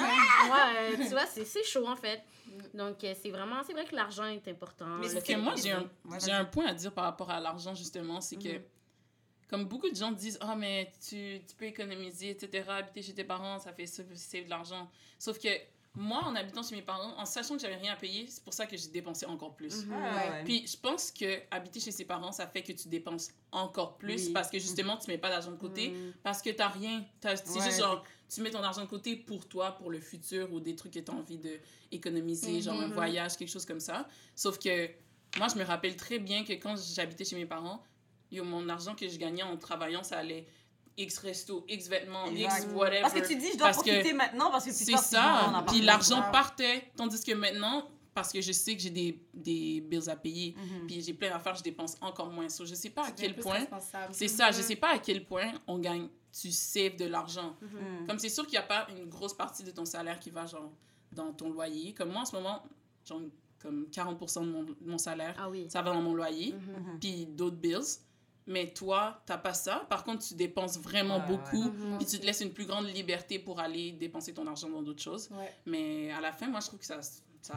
Ouais, tu vois, c'est chaud en fait. Donc, c'est vrai que l'argent est important. Mais Le Parce fait que moi, que- j'ai un point à dire par rapport à l'argent, justement, c'est que, comme beaucoup de gens disent, ah, mais tu peux économiser, etc., habiter chez tes parents, ça fait ça, c'est de l'argent. Sauf que moi, en habitant chez mes parents, en sachant que j'avais rien à payer, c'est pour ça que j'ai dépensé encore plus. Ouais. Puis je pense que habiter chez ses parents, ça fait que tu dépenses encore plus Oui. parce que justement, tu mets pas d'argent de côté Mm. parce que t'as rien. C'est Ouais, juste genre, tu mets ton argent de côté pour toi, pour le futur ou des trucs que tu as envie d'économiser, genre un voyage, quelque chose comme ça. Sauf que moi, je me rappelle très bien que quand j'habitais chez mes parents, mon argent que je gagnais en travaillant, ça allait X resto, X vêtements, X Exact. whatever. Parce que tu dis, je dois Parce que profiter maintenant parce que plus C'est tard, tu vas en ça. avoir Puis besoin. l'argent Ouais. partait. Tandis que maintenant, parce que je sais que j'ai des bills à payer, Mhm. puis j'ai plein d'affaires, je dépense encore moins. So, je sais pas à Tu quel deviens plus point. responsable. C'est ça, je sais pas à quel point on gagne, tu saves de l'argent. Mhm. Comme c'est sûr qu'il n'y a pas une grosse partie de ton salaire qui va genre dans ton loyer. Comme moi en ce moment, genre comme 40% de mon salaire, Ah oui. ça va dans mon loyer, Mhm. puis d'autres bills. Mais toi, t'as pas ça. Par contre, tu dépenses vraiment Ouais, beaucoup, ouais. puis tu te laisses une plus grande liberté pour aller dépenser ton argent dans d'autres choses. Ouais. Mais à la fin, moi, je trouve que ça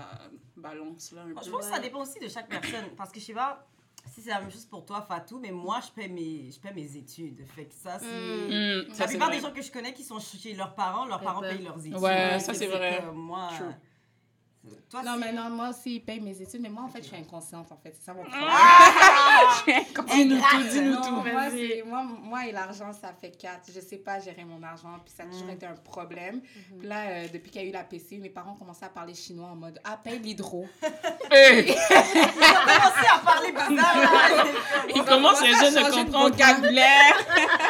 balance là un Je peu. pense que ça dépend aussi de chaque personne. Parce que je sais pas si c'est la même chose pour toi, Fatou, mais moi, je paie mes études. Fait que ça, c'est. Ça, La c'est plupart vrai. des gens que je connais qui sont chez leurs parents payent leurs études. Ouais, ça, Fait c'est que vrai. Moi, True. toi, Non, c'est- mais non, moi aussi, ils payent mes études, mais moi, en fait, je suis inconsciente, en fait. C'est ça mon problème. Dis-nous tout, dis-nous Non, tout. moi, moi et l'argent, ça fait 4. Je sais pas gérer mon argent, puis ça a toujours été un problème. Puis là, depuis qu'il y a eu la PC, mes parents ont commencé à parler chinois en mode « Ah, paye l'hydro. Hey! Ils ont commencé à parler bizarre. là. Il commence les jeunes à comprendre. vocabulaire.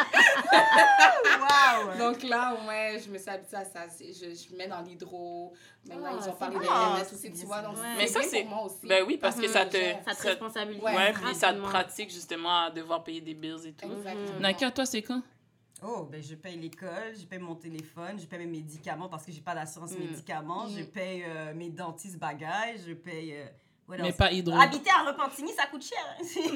Wow. Donc là, au moins, je me suis habituée à ça. Je mets dans l'hydro. Maintenant, ils ont c'est parlé bon. d'Internet Ah, aussi, tu c'est vois. bien. Donc, Ouais. Mais ça, bien c'est- pour moi aussi. Ben oui, parce que ça te... Ça te ça- responsabilise. Ouais, puis ça te rapidement. pratique justement à devoir payer des bills et tout. Exactement. Naka, toi, c'est quand? Oh, ben je paye l'école, je paye mon téléphone, je paye mes médicaments parce que j'ai pas d'assurance médicaments, je paye mes dentistes bagages, je paye. What Mais else? pas hydro. Habiter à Repentigny, ça coûte cher.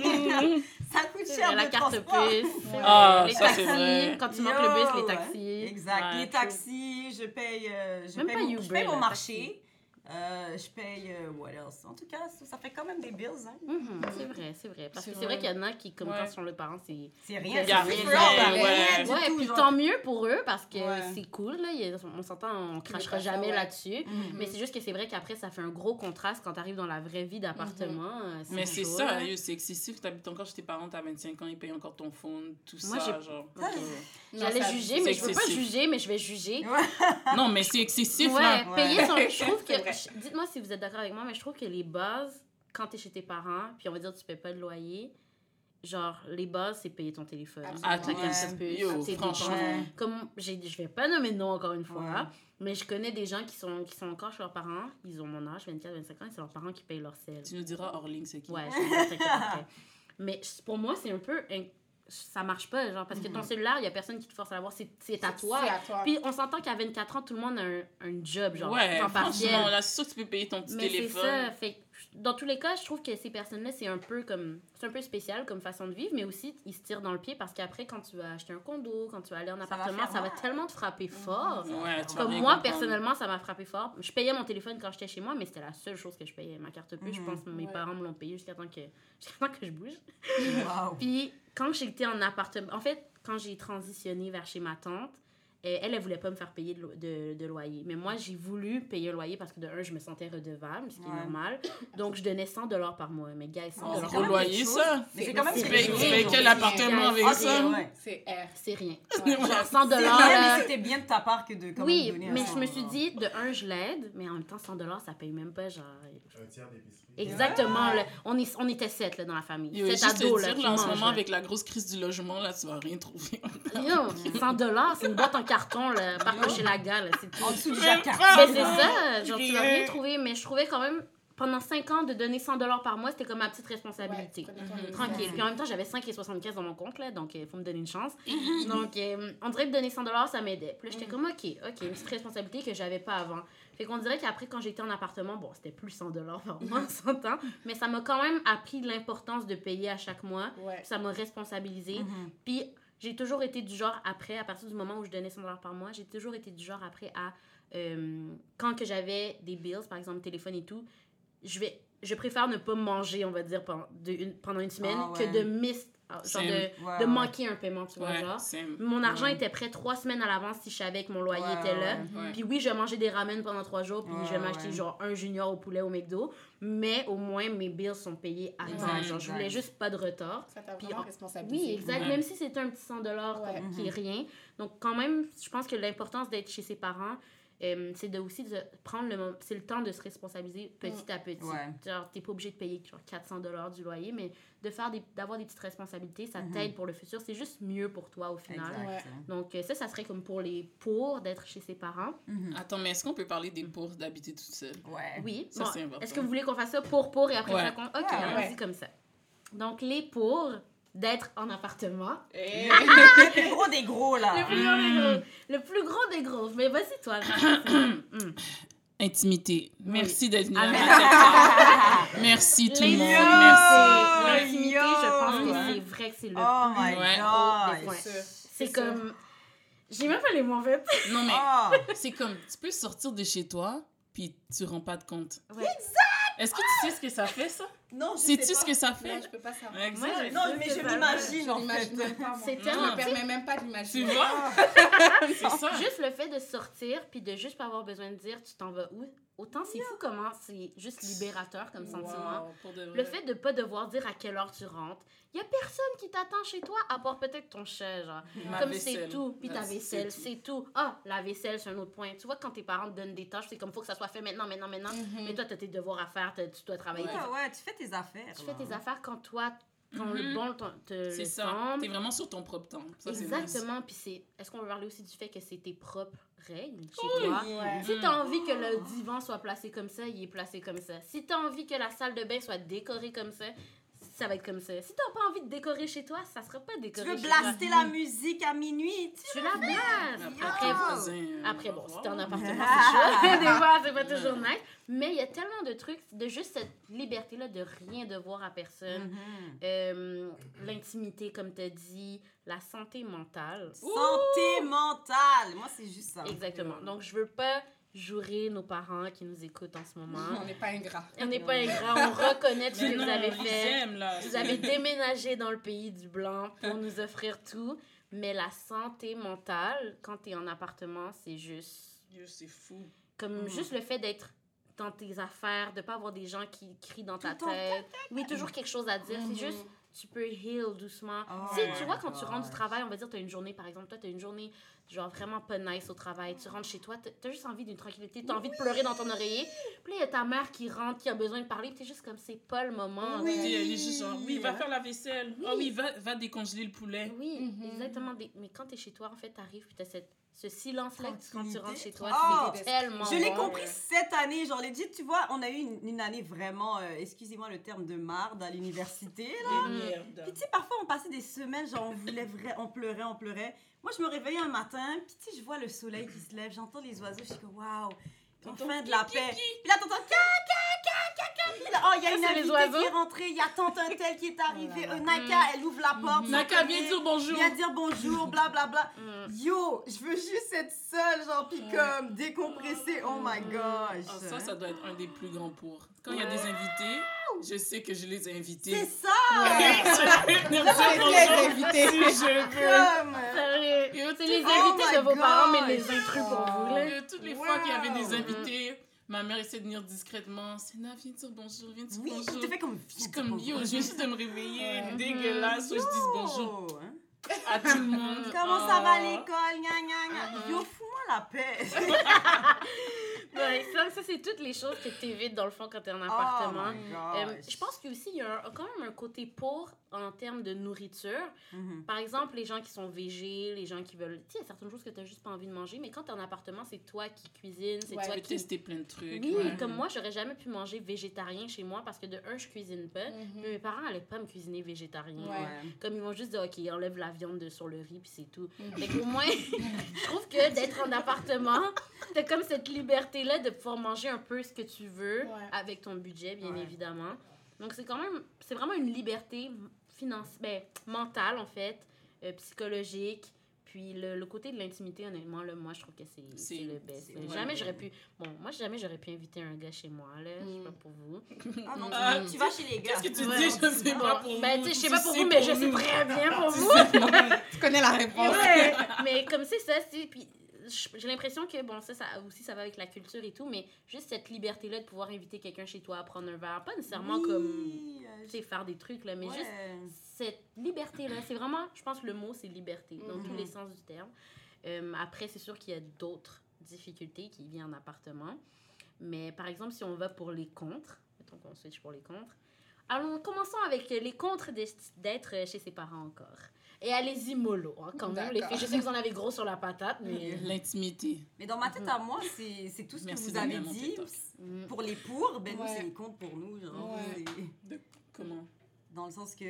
Ça coûte cher La de carte transport. puce. Ah, les ça, taxis. c'est vrai. Quand tu manques le bus, les Yo, taxis. Exact. Ouais, Les true. taxis, je paye, Même pas je Uber, paye mon le marché. Je paye, what else? En tout cas, ça fait quand même des bills. Hein. C'est vrai, c'est vrai. Parce que C'est c'est vrai vrai. qu'il y en a qui, comme Ouais. quand sont les parents, c'est... C'est rien. Il y a c'est rien, free for all, ouais. rien du Ouais, tout, puis genre. tant mieux pour eux parce que Ouais. c'est cool, là. On s'entend, on crachera pas ça, jamais ouais. là-dessus. Mais c'est juste que c'est vrai qu'après, ça fait un gros contraste quand t'arrives dans la vraie vie d'appartement. Mais c'est chaud, ça, là. yo, c'est excessif. T'habites encore chez tes parents, t'as 25 ans, ils payent encore ton phone, tout Moi, ça, j'ai- genre. Ok. Non, J'allais ça- juger, mais c'est je veux pas excessif. juger, mais je vais juger. Non, mais c'est excessif, Ouais, là. payer son... Je trouve que... C'est vrai. Dites-moi si vous êtes d'accord avec moi, mais je trouve que les bases, quand t'es chez tes parents, puis on va dire tu paies pas de loyer, genre, les bases, c'est payer ton téléphone. Absolument. ta carte Ouais. puce, Yo, c'est des franchement. choses. Ouais. Comme, je vais pas nommer de nom encore une fois, Ouais. mais je connais des gens qui sont encore chez leurs parents, ils ont mon âge, 24, 25 ans, et c'est leurs parents qui payent leur sel. Tu nous diras hors ligne, c'est qui? Ouais, je vais dire, t'inquiète après. Mais pour moi, c'est un peu... Ça marche pas, genre, parce que ton cellulaire, il y a personne qui te force à l'avoir, c'est à toi. C'est à toi. Puis on s'entend qu'à 24 ans, tout le monde a un job, genre, Ouais, temps partiel. franchement, là, c'est sûr que tu peux payer ton petit Mais c'est téléphone. ça, fait que dans tous les cas, je trouve que ces personnes-là, c'est un peu spécial comme façon de vivre, mais aussi, ils se tirent dans le pied parce qu'après, quand tu vas acheter un condo, quand tu vas aller en va appartement, faire ça va mal. tellement te frapper fort. Ouais, tu vas Comme rien moi, comprendre. personnellement, ça m'a frappé fort. Je payais mon téléphone quand j'étais chez moi, mais c'était la seule chose que je payais. Ma carte puce, je pense que mes Ouais. parents me l'ont payé jusqu'à temps que je bouge. Wow. Puis, quand j'étais en appartement... En fait, quand j'ai transitionné vers chez ma tante, elle voulait pas me faire payer de loyer. Mais moi, j'ai voulu payer un loyer parce que de un, je me sentais redevable, ce qui est normal. Donc, je donnais 100 $ par mois. Mais gars, 100 $ Pour loyer, ça? Mais c'est quand même Tu payes quel appartement avec ça? C'est R. C'est rien. Ouais. Genre 100 $. Mais c'était bien de ta part que de quand Oui, même donner mais un je me suis dit, de un, je l'aide, mais en même temps, 100 $, ça paye même pas, genre... Un tiers d'épicerie. Exactement. Là, on était 7 là, dans la famille. Yo, 7 juste te ados, là, dire, qui là, en ce mangent, moment, là. avec la grosse crise du logement, là, tu vas rien trouver. Yo, 100 $, c'est une boîte en carton, là, par chez la gare, là, c'est tout. en dessous du jacquard. Mais c'est ça, genre, tu vas rien trouver, mais je trouvais quand même, pendant 5 ans, de donner 100 $ par mois, c'était comme ma petite responsabilité. Tranquille. Puis en même temps, j'avais 5,75 dans mon compte, là, donc il faut me donner une chance. Donc, on dirait que donner 100 $, ça m'aidait. Puis là, j'étais comme, OK, une petite responsabilité que j'avais pas avant. Fait qu'on dirait qu'après, quand j'étais en appartement, bon, c'était plus 100 $ par mois, on s'entend, mais ça m'a quand même appris l'importance de payer à chaque mois. Ouais. Ça m'a responsabilisé. Puis j'ai toujours été du genre, après, à partir du moment où je donnais 100 $ par mois, j'ai toujours été du genre, après, à... quand que j'avais des bills, par exemple, téléphone et tout, je préfère ne pas manger, on va dire, pendant une semaine que de de manquer un paiement, tu vois, genre. Mon argent était prêt 3 semaines à l'avance si je savais que mon loyer était là. Puis oui, je vais manger des ramen pendant 3 jours, puis je vais m'acheter genre un junior au poulet au McDo, mais au moins mes bills sont payés à temps. Genre, je voulais juste pas de retard. Ça t'a vraiment responsabilisé. Oui, exact. Même si c'était un petit 100 $ qui est rien. Donc quand même, je pense que l'importance d'être chez ses parents, c'est aussi de prendre c'est le temps de se responsabiliser petit à petit. Genre, t'es pas obligé de payer genre 400 $ du loyer, mais d'avoir des petites responsabilités, ça t'aide pour le futur. C'est juste mieux pour toi au final. Donc ça serait comme pour d'être chez ses parents. Attends, mais est-ce qu'on peut parler des pour d'habiter toute seule? Oui. Ça, c'est important. Est-ce que vous voulez qu'on fasse ça pour et après ça compte? Ok, allons-y comme ça. Donc les pour d'être en appartement. Le plus gros des gros, là. Le plus gros des gros. Mais vas-y, toi. Intimité. Merci d'être venu à ma Merci tout le monde. Merci. L'intimité, je pense que c'est vrai que c'est le plus gros des points. C'est comme... J'ai même pas les mots en fait. Non, mais c'est comme... Tu peux sortir de chez toi, puis tu rends pas de compte. Exact! Est-ce que tu sais ce que ça fait, ça? Non, je sais-tu sais pas. ce que ça fait? Non, je peux pas savoir. Exact. Non, mais je m'imagine, en fait. C'est Je tellement... me permets même pas d'imaginer. Tu vois? C'est ça. Juste le fait de sortir, puis de juste pas avoir besoin de dire tu t'en vas où. Autant c'est fou comment c'est juste libérateur comme sentiment. Le fait de pas devoir dire à quelle heure tu rentres. Il y a personne qui t'attend chez toi, à part peut-être ton chat, genre. Comme c'est tout. Puis ta vaisselle, c'est tout. Ah, la vaisselle, c'est un autre point. Tu vois, quand tes parents te donnent des tâches, c'est comme, faut que ça soit fait maintenant. Mais toi, t'as tes devoirs à faire, tu dois travailler. Tu fais tes affaires. Tu fais tes affaires quand le bon te c'est ça. semble. T'es vraiment sur ton propre temps. Ça, exactement. Puis est-ce qu'on veut parler aussi du fait que c'est tes propres règles chez toi? Si t'as envie que le divan soit placé comme ça, il est placé comme ça. Si t'as envie que la salle de bain soit décorée comme ça va être comme ça. Si t'as pas envie de décorer chez toi, ça sera pas décoré chez toi. Tu veux blaster la musique à minuit, tu la blastes. Après, bon, si t'es en appartement, c'est chaud. Des fois, c'est pas toujours nice. Mais il y a tellement de trucs, de juste cette liberté-là de rien devoir à personne. L'intimité, comme t'as dit, la santé mentale. Santé mentale! Moi, c'est juste ça. Exactement. Donc, je veux pas jouer nos parents qui nous écoutent en ce moment. On n'est pas ingrats. On n'est pas ingrats. On reconnaît ce que vous avez fait. Vous avez déménagé dans le pays du blanc pour nous offrir tout. Mais la santé mentale, quand t'es en appartement, c'est juste... C'est fou. Comme juste le fait d'être dans tes affaires, de pas avoir des gens qui crient dans ta tête. Oui, toujours quelque chose à dire. C'est juste... Tu peux heal doucement. Tu vois, quand tu rentres du travail, on va dire, tu as une journée, par exemple, toi, tu as une journée genre vraiment pas nice au travail. Tu rentres chez toi, tu as juste envie d'une tranquillité, tu as envie de pleurer dans ton oreiller. Puis là, il y a ta mère qui rentre, qui a besoin de parler, puis tu es juste comme, c'est pas le moment. Oui, elle est juste genre, va faire la vaisselle. Va décongeler le poulet. Oui, exactement. Mais quand tu es chez toi, en fait, tu arrives, puis tu as ce silence-là quand tu rentres chez toi. C'est tellement Je l'ai compris cette année. Genre, legit, tu vois, on a eu une année vraiment, excusez-moi le terme de marde à l'université, là. Puis tu sais, parfois, on passait des semaines, genre, on pleurait. Moi, je me réveillais un matin, puis tu sais, je vois le soleil qui se lève, j'entends les oiseaux, je suis comme, waouh, enfin de la paix. Puis là, t'entends, puis là, il y a une invitée qui est rentrée, il y a tante un tel qui est arrivé, Naka, elle ouvre la porte. Naka vient dire bonjour. Vient dire bonjour, blablabla. Yo, je veux juste être seule, genre, puis comme décompresser, oh my gosh. Ça doit être un des plus grands pour. Quand il y a des invités, je sais que je les ai invités. C'est ça! Je vais venir dire bonjour si je veux. C'est les invités de vos parents, mais les intrus pour vous, là. Toutes les fois qu'il y avait des invités, ma mère essaie de venir discrètement. Sénat, viens dire bonjour, viens dire bonjour. Oui, tu fais comme... C'est comme, yo, je viens juste de me réveiller, dégueulasse, faut que je dise bonjour à tout le monde. Comment ça va à l'école? Gna, gna, gna. Yo, fous-moi la paix. Ouais, ça c'est toutes les choses que tu évites dans le fond quand tu es en appartement. Je pense qu'aussi, il y a quand même un côté pour en termes de nourriture. Par exemple, les gens qui sont végés, les gens qui veulent... Tu sais, il y a certaines choses que tu n'as juste pas envie de manger, mais quand tu es en appartement, c'est toi qui cuisines, c'est toi qui... tester plein de trucs. Oui, comme moi, j'aurais jamais pu manger végétarien chez moi parce que de un, je cuisine pas, mais mes parents n'allaient pas me cuisiner végétarien. Comme ils vont juste dire, OK, enlève la viande sur le riz, puis c'est tout. Mais au moins, je trouve que d'être en appartement, t'as comme cette liberté-là de pouvoir manger un peu ce que tu veux avec ton budget, bien évidemment. Donc, c'est vraiment une liberté mentale, en fait, psychologique. Puis le côté de l'intimité, honnêtement, là, moi, je trouve que c'est le best. Jamais j'aurais pu inviter un gars chez moi, là. Je sais pas pour vous. Ah non, tu vas chez les gars. Qu'est-ce que tu dis? Je sais pas pour vous. Ben, tu sais, je sais pas pour vous, mais je sais très bien pour vous. Tu connais la réponse. Ouais, mais comme c'est ça, puis j'ai l'impression que, bon, ça aussi, ça va avec la culture et tout, mais juste cette liberté-là de pouvoir inviter quelqu'un chez toi à prendre un verre, pas nécessairement comme, tu sais, faire des trucs, là, mais juste cette liberté-là, c'est vraiment, je pense que le mot, c'est liberté, dans tous les sens du terme. Après, c'est sûr qu'il y a d'autres difficultés qui viennent en appartement, mais par exemple, si on va pour les contres, mettons qu'on switch pour les contres, alors commençons avec les contres d'être chez ses parents encore. Et allez-y mollo, hein, quand même, les filles. Je sais que vous en avez gros sur la patate, mais... L'intimité. Mais dans ma tête à moi, c'est tout ce que vous avez dit. Pour les pour, ben nous, c'est les contre pour nous. Genre, Comment? Dans le sens que...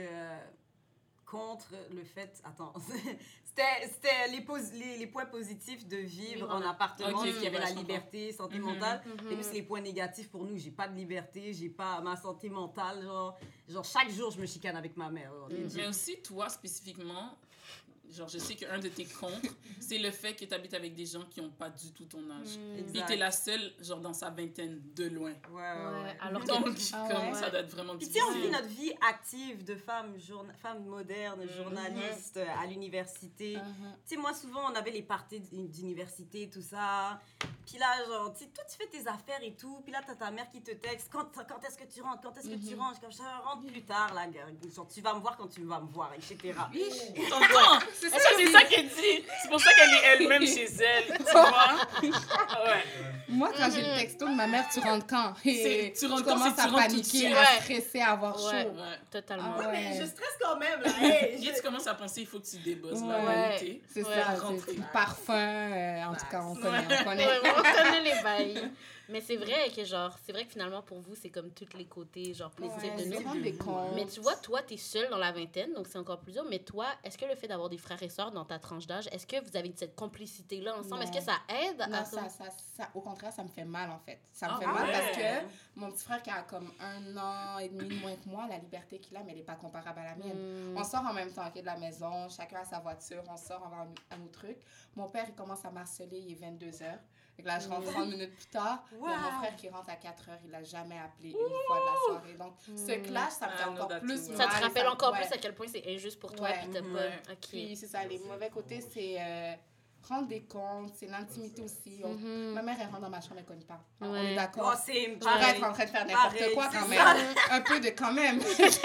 contre le fait... Attends. C'était les points positifs de vivre en appartement, qu'il y avait la liberté, santé mentale. Et puis, c'est les points négatifs pour nous. J'ai pas de liberté, j'ai pas ma santé mentale. Genre chaque jour, je me chicane avec ma mère. Mais aussi, toi, spécifiquement... Genre, je sais qu'un de tes contre, c'est le fait que tu habites avec des gens qui n'ont pas du tout ton âge. Puis t'es la seule, genre, dans sa vingtaine, de loin. Ouais. Alors donc, ça doit être vraiment difficile. Puis on vit notre vie active de femme moderne, journaliste, à l'université. Tu sais, moi, souvent, on avait les parties d'université, tout ça. Puis là, genre, tu sais, toi, tu fais tes affaires et tout. Puis là, t'as ta mère qui te texte. Quand est-ce que tu rentres? Quand est-ce que tu rentres? Comme ça, rentre plus tard, là. Genre, tu vas me voir quand tu vas me voir, etc. T'entends? C'est ça qu'elle dit. C'est pour ça qu'elle est elle-même chez elle. Tu vois? Ouais. Moi, quand j'ai le texto de ma mère, tu rentres quand? Et tu rentres je commence à paniquer, à stresser, à avoir chaud. Ouais, totalement. Mais je stresse quand même, là. Hey, tu commences à penser, il faut que tu débosses la réalité. C'est ça, c'est le parfum. En tout cas, on connaît. On connaît les bails. Mais c'est vrai que finalement, pour vous, c'est comme tous les côtés, genre, positifs de nous. Mais tu vois, toi, t'es seule dans la vingtaine, donc c'est encore plus dur. Mais toi, est-ce que le fait d'avoir des frères et sœurs dans ta tranche d'âge, est-ce que vous avez cette complicité-là ensemble? Est-ce que ça aide à ça? Au contraire, ça me fait mal, en fait. Ça me fait mal parce que mon petit frère qui a comme 1 an et demi de moins que moi, la liberté qu'il a, mais elle n'est pas comparable à la mienne. On sort en même temps de la maison, chacun a sa voiture, on sort, on va à nos trucs. Mon père, il commence à m'harceler, il est 22h. Et là, je rentre 30 minutes plus tard. Il y a mon frère qui rentre à 4h. Il n'a jamais appelé une fois de la soirée. Donc, ce clash, ça me fait encore plus mal. Ça te rappelle encore plus à quel point c'est injuste pour toi. Puis t'as pas... Puis c'est ça, les mauvais côtés, c'est rendre des comptes, c'est l'intimité aussi. Ma mère, elle rentre dans ma chambre, elle ne connaît pas. On est d'accord. C'est je pourrais être en train de faire n'importe quoi quand même. Un peu de quand même.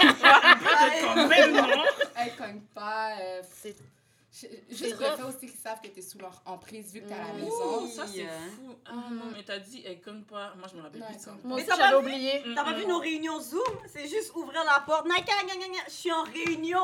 Quand même, non? Elle ne cogne pas. Juste le fait aussi qu'ils savent que t'es sous leur emprise vu que t'es à la maison. Ça, c'est fou. Ah non, mais t'as dit, elle cogne pas. Moi, je me rappelle plus de ça. Moi aussi, j'avais oublié. T'as pas vu nos réunions Zoom? C'est juste ouvrir la porte. Je suis en réunion.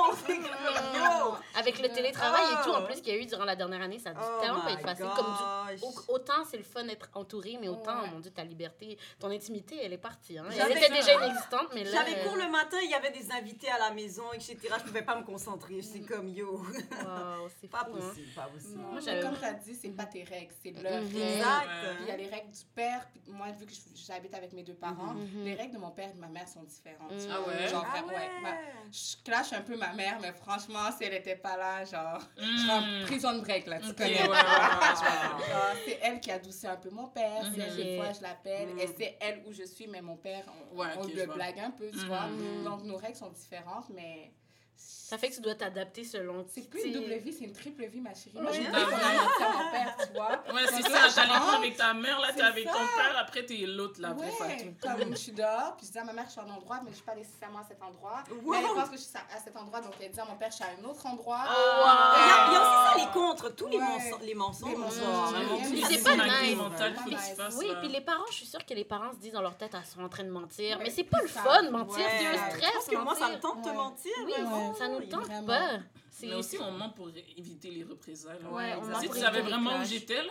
Avec le télétravail et tout, en plus, qu'il y a eu durant la dernière année, ça a dû tellement pas être facile. Autant c'est le fun d'être entouré, mais autant, mon Dieu, ta liberté, ton intimité, elle est partie. Hein. Elle était déjà inexistante, mais là... J'avais cours le matin, il y avait des invités à la maison, etc. Je pouvais pas me concentrer. C'est comme, yo... C'est pas fou, possible, pas possible. Moi, comme tu as dit, c'est pas tes règles, c'est leurs règles. Exact. Puis il y a les règles du père. Puis moi, vu que j'habite avec mes 2 parents, les règles de mon père et de ma mère sont différentes. Ah ouais? Genre, je clash un peu ma mère, mais franchement, si elle était pas là, genre, je serais en prison de break, là, tu connais. Genre, c'est elle qui adoucit un peu mon père. Des fois, je l'appelle. Et c'est elle où je suis, mais mon père, on le blague un peu, tu vois. Donc, nos règles sont différentes, mais... Ça fait que tu dois t'adapter selon... C'est plus une double vie, c'est une triple vie, ma chérie. Moi, Oui. j'ai pas menti à mon père, tu vois. Ouais, c'est Donc ça. là, J'allais je pas avec ta mère, là, t'es c'est avec ça. ton père, après t'es l'autre, là, après Ouais, Fatou. comme je suis dehors, puis je dis à ma mère que je suis à un endroit, mais je suis pas nécessairement à cet endroit. Wow. Mais elle pense que je suis à cet endroit, donc elle dit à mon père que je suis à un autre endroit. Il y a aussi ça, les contres, tous les Ouais. mensonges. Les mensonges. Les mensonges. genre, vraiment, Puis tous les c'est pas arguments nice. mental qu'il faut Nice. que tu fasses. Oui, là. puis les parents, je suis sûre que les parents se disent dans leur tête, elles sont en train de mentir. Ouais, Mais c'est pas le c'est ça. fun, mentir, Ouais. c'est un Je stress, pense que moi, ça me mentir. tente de te Ouais. mentir. Oui, vraiment. ça nous tente Vraiment. pas. Mais aussi, on ment pour éviter les représailles. là. Ouais, on ment Si pour tu savais éviter les vraiment où clashs. j'étais, là,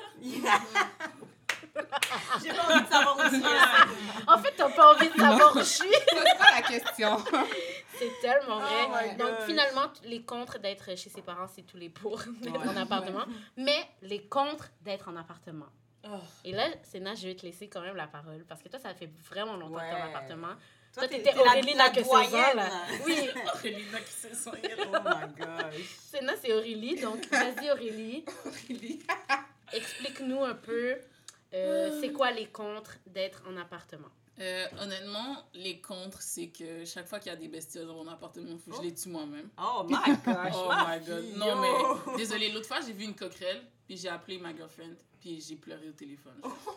J'ai pas envie de savoir aussi. En fait, t'as pas envie de savoir où je suis. C'est pas la question. C'est tellement vrai. Oh my Donc, gosh. finalement, les contres d'être chez ses parents, c'est tous les pour d'être en appartement. Mais les contres d'être en appartement. Oh. Et là, Sénat, je vais te laiser quand même la parole. Parce que toi, ça fait vraiment longtemps que t'es en Ouais. appartement. Toi, t'étais Aurélie dans que 16 ans, là. doyenne. Oui, Aurélina qui se sent Oh my gosh. Sénat, c'est Aurélie. Donc, vas-y, Aurélie. Explique-nous un peu, c'est quoi les contres d'être en appartement? Honnêtement, les contres, c'est que chaque fois qu'il y a des bestioles dans mon appartement, il faut que je les tue moi-même. Oh my gosh. Oh ma my god. fille, Non, yo. mais désolée, l'autre fois, j'ai vu une coquerelle, puis j'ai appelé ma girlfriend, puis j'ai pleuré au téléphone.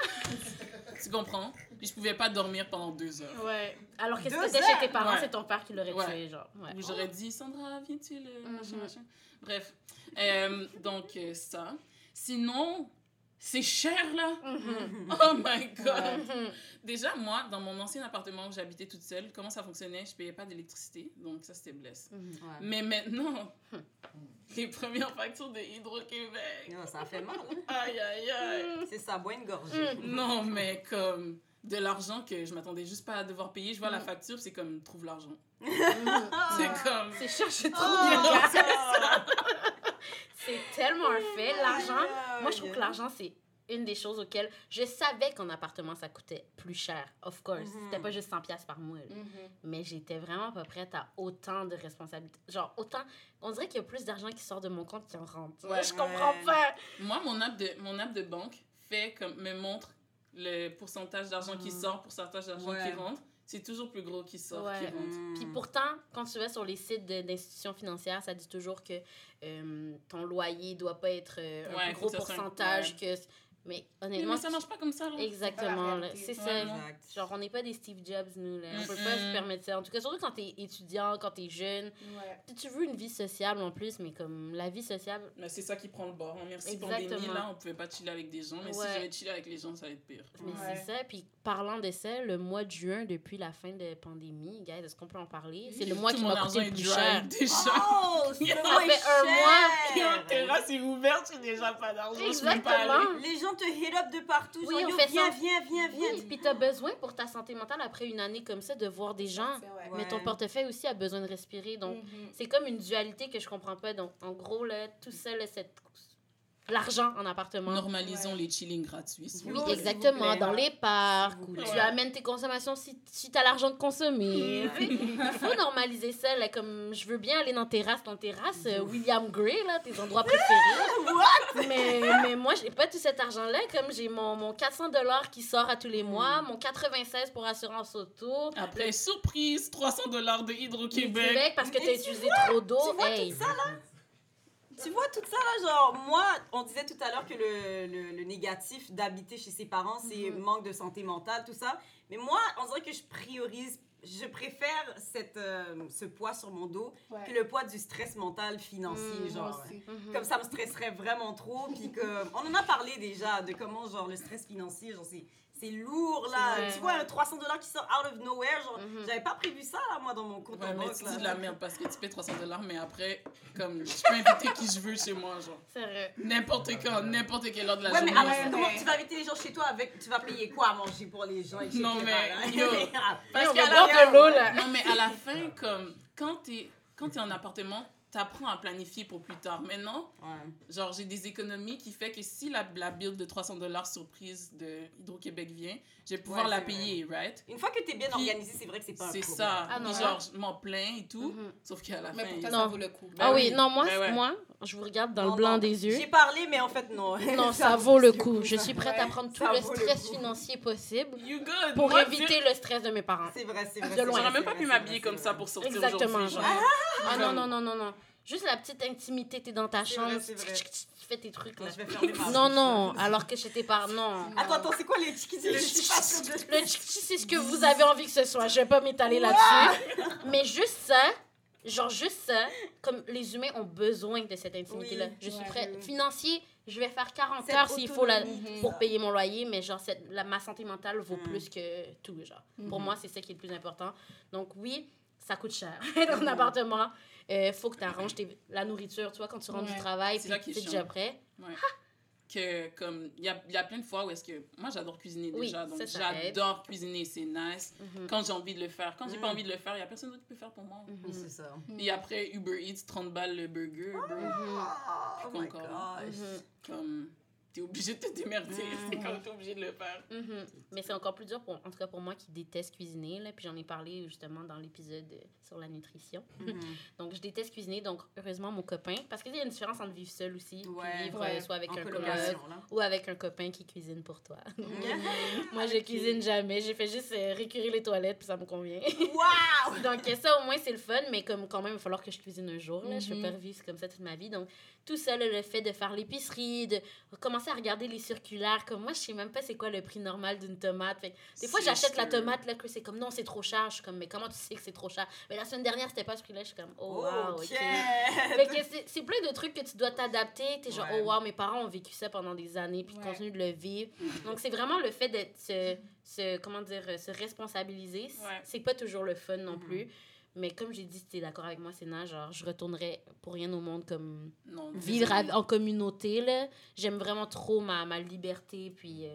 Tu comprends? Puis je pouvais pas dormir pendant 2 heures. Ouais. Alors que si 2 t'étais heures? chez tes parents, Ouais. c'est ton père qui l'aurait Ouais. tué, genre. Ouais. Où j'aurais dit, Sandra, viens tuer le machin, Mhm. machin. Bref. Donc, ça. Sinon, c'est cher, là. Mhm. Oh my god. Mhm. Déjà, moi, dans mon ancien appartement où j'habitais toute seule, comment ça fonctionnait? Je payais pas d'électricité, donc ça, c'était blesse. Mhm. Ouais. Mais maintenant, les premières factures de Hydro-Québec. Yo, ça fait mal. hein. Aïe, aïe, aïe. C'est ça, bois une gorgée. Non, mais comme de l'argent que je m'attendais juste pas à devoir payer, je vois la facture, c'est comme, trouve l'argent. C'est comme... C'est chercher trop Oh, bien. C'est tellement un fait. L'argent, moi, je trouve que l'argent, c'est une des choses auxquelles je savais qu'en appartement, ça coûtait plus cher, of course. C'était pas juste 100$ par mois. là. Mais j'étais vraiment pas prête à autant de responsabilités. Genre, autant... On dirait qu'il y a plus d'argent qui sort de mon compte qui en rentre. Ouais. Je comprends Ouais. pas. Moi, mon app de banque me montre le pourcentage d'argent qui sort, pourcentage d'argent Ouais. qui rentre. C'est toujours plus gros qui sort, Ouais. qui rentre. Puis pourtant, quand tu vas sur les sites d'institutions financières, ça dit toujours que ton loyer doit pas être un Ouais, plus faut gros que ça soit un- pourcentage ouais. que... Mais honnêtement... Mais ça marche pas comme ça, là. Exactement, là. réalité. C'est Ouais, ça. non. Exact. Genre, on n'est pas des Steve Jobs, nous, là. On peut Mm-mm. pas se permettre ça. En tout cas, surtout quand t'es étudiant, quand t'es jeune. Ouais. Tu veux une vie sociable, en plus, mais comme la vie sociable... Mais c'est ça qui prend le bord. Merci Exactement. pandémie, là, on pouvait pas chiller avec des gens. Mais Ouais. si j'avais chillé avec les gens, ça allait être pire. Mais Ouais. c'est ça. Puis, parlant de ça, le mois de juin, depuis la fin de pandémie, guys, est-ce qu'on peut en parler? C'est le mois Tout qui mon m'a argent coûté est le plus dry, cher. déjà. Oh, c'est Ça le fait moins un cher. La terrasse est ouverte, j'ai déjà pas d'argent. je peux même pas aller. Exactement. Les gens te hit up de partout. Oui, genre, on yo, fait viens, ça. viens. Oui, puis t'as besoin pour ta santé mentale, après une année comme ça, de voir des gens. C'est vrai. Ouais. Mais ton portefeuille aussi a besoin de respirer. Donc, Mhm. c'est comme une dualité que je comprends pas. Donc, en gros, là, tout ça, là, l'argent en appartement. Normalisons Ouais. les chillings gratuits. s'il vous Oui, Oh, plaît. exactement. plaît. Dans les parcs, S'il vous où plaît. tu amènes tes consommations si tu as l'argent de consommer. Tu sais, il faut normaliser ça. Là, comme je veux bien aller dans ton terrasse, William Gray, là, tes endroits préférés. mais moi, j'ai pas tout cet argent-là. Comme j'ai mon 400$ qui sort à tous les mois, mon 96$ pour assurance auto. Après, surprise, 300$ de Hydro-Québec. Québec parce que Mais tu as tu utilisé trop d'eau. tu vois Hey. tout ça, Tu vois tout ça là, genre, moi, on disait tout à l'heure que le négatif d'habiter chez ses parents, c'est manque de santé mentale, tout ça. Mais moi, on dirait que je préfère ce poids sur mon dos Ouais. que le poids du stress mental financier, Moi genre. aussi. Mhm. Comme ça me stresserait vraiment trop, puis que on en a parlé déjà de comment genre le stress financier, genre c'est lourd là. Ouais. Tu vois un 300$ qui sort out of nowhere, genre Mhm. j'avais pas prévu ça là moi dans mon compte Ouais, en mais banque tu là. dis de la merde parce que tu payes 300$, mais après, comme, je peux inviter qui je veux chez moi, genre. C'est vrai. N'importe quand, n'importe quelle heure de la Ouais, mais journée. après, ouais, comment mais- tu vas inviter les gens chez toi avec. Tu vas payer quoi à manger pour les gens, etc. Non, mais, là? yo. Parce Parce qu'on va qu'à boire la de l'eau, là. Non, mais à la fin, comme, quand t'es en appartement, t'apprends à planifier pour plus tard. Maintenant, Ouais. genre, j'ai des économies qui fait que si la bill de 300$ surprise de Hydro-Québec vient, je vais pouvoir Ouais, la c'est payer, right? Une fois que t'es bien Puis, organisé, c'est vrai que c'est pas un C'est problème. ça. Ah, non, Puis non. genre, je m'en plains et tout. Mhm. Sauf qu'à la Mais fin... pour toi, Non. ça vaut le coup. Ah oui, oui. non, moi, Ben ouais. moi, je vous regarde dans Non, le blanc non. des yeux. J'ai parlé, mais en fait, non. Non, ça vaut le coup. ça. Je suis prête à Ouais, prendre tout ça le vaut le stress coup. financier possible You good! pour Moi, éviter le stress de mes parents. C'est vrai, c'est vrai. De c'est loin. vrai, J'aurais même c'est pas vrai, pu c'est m'habiller vrai, comme c'est ça vrai. pour sortir Exactement, aujourd'hui. genre. genre. Ah non. Juste la petite intimité, t'es dans ta chambre, c'est vrai. tu fais tes trucs là. Je vais fermer ma Non, alors que chez tes parents, non. Attends, c'est quoi les tchiki? Le tchiki, c'est ce que vous avez envie que ce soit. Je vais pas m'étaler là-dessus. Mais juste ça, comme les humains ont besoin de cette intimité-là. Je suis prête. Financier, je vais faire 40 heures s'il faut pour payer mon loyer, mais genre, ma santé mentale vaut plus que tout, genre. Pour moi, c'est ça qui est le plus important. Donc oui, ça coûte cher dans un appartement. Faut que tu arranges la nourriture, tu vois, quand tu rentres du travail, puis tu es déjà prêt. Ouais. Que, comme, il y a plein de fois où est-ce que... Moi, j'adore cuisiner déjà, donc ça j'adore cuisiner, c'est nice. Quand j'ai envie de le faire. Quand j'ai pas envie de le faire, il y a personne d'autre qui peut faire pour moi. C'est ça. Et après, Uber Eats, 30 balles le burger. Oh my gosh. Comme... T'es obligé de te démerder, c'est comme t'es obligé de le faire. Mais c'est encore plus dur, en tout cas pour moi qui déteste cuisiner, là, puis j'en ai parlé justement dans l'épisode sur la nutrition. Donc je déteste cuisiner, donc heureusement mon copain, parce qu'il y a une différence entre vivre seul aussi, puis vivre soit avec un coloc ou avec un copain qui cuisine pour toi. Moi je cuisine jamais, j'ai fait juste récurer les toilettes puis ça me convient. Wow! Donc ça au moins c'est le fun, mais comme quand même il va falloir que je cuisine un jour, là, je peux pas vivre comme ça toute ma vie, donc tout ça, le fait de faire l'épicerie, de commencer à regarder les circulaires, comme moi, je sais même pas c'est quoi le prix normal d'une tomate. Fait, des fois, j'achète la tomate, là, que c'est comme, non, c'est trop cher. Je suis comme, mais comment tu sais que c'est trop cher? Mais la semaine dernière, c'était pas ce prix-là. Je suis comme, oh, wow, OK. Fait que c'est plein de trucs que tu dois t'adapter. T'es genre, oh, wow, mes parents ont vécu ça pendant des années, puis ils continuent de le vivre. Donc, c'est vraiment le fait d'être, se responsabiliser. C'est pas toujours le fun non plus. Mais comme j'ai dit, si t'es d'accord avec moi, Sénat, genre, je retournerais pour rien au monde comme vivre en communauté, là. J'aime vraiment trop ma liberté, puis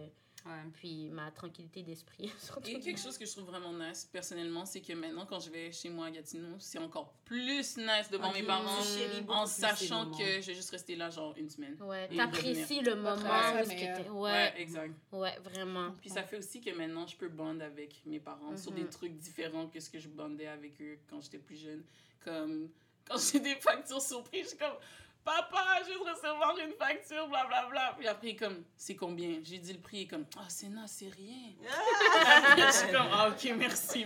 ma tranquillité d'esprit. Et quelque chose que je trouve vraiment nice, personnellement, c'est que maintenant, quand je vais chez moi à Gatineau, c'est encore plus nice devant mes parents, en sachant que je vais juste rester là, genre, une semaine. Ouais, t'apprécies le moment où t'es... Ouais, exact. Ouais, vraiment. Puis ça fait aussi que maintenant, je peux bonder avec mes parents sur des trucs différents que ce que je bondais avec eux quand j'étais plus jeune. Comme, quand j'ai des factures surprises, je suis comme... Papa, je vais recevoir une facture, blablabla. Puis après, comme, c'est combien? J'ai dit le prix, comme, Sénat, c'est rien. Je suis comme, OK, merci.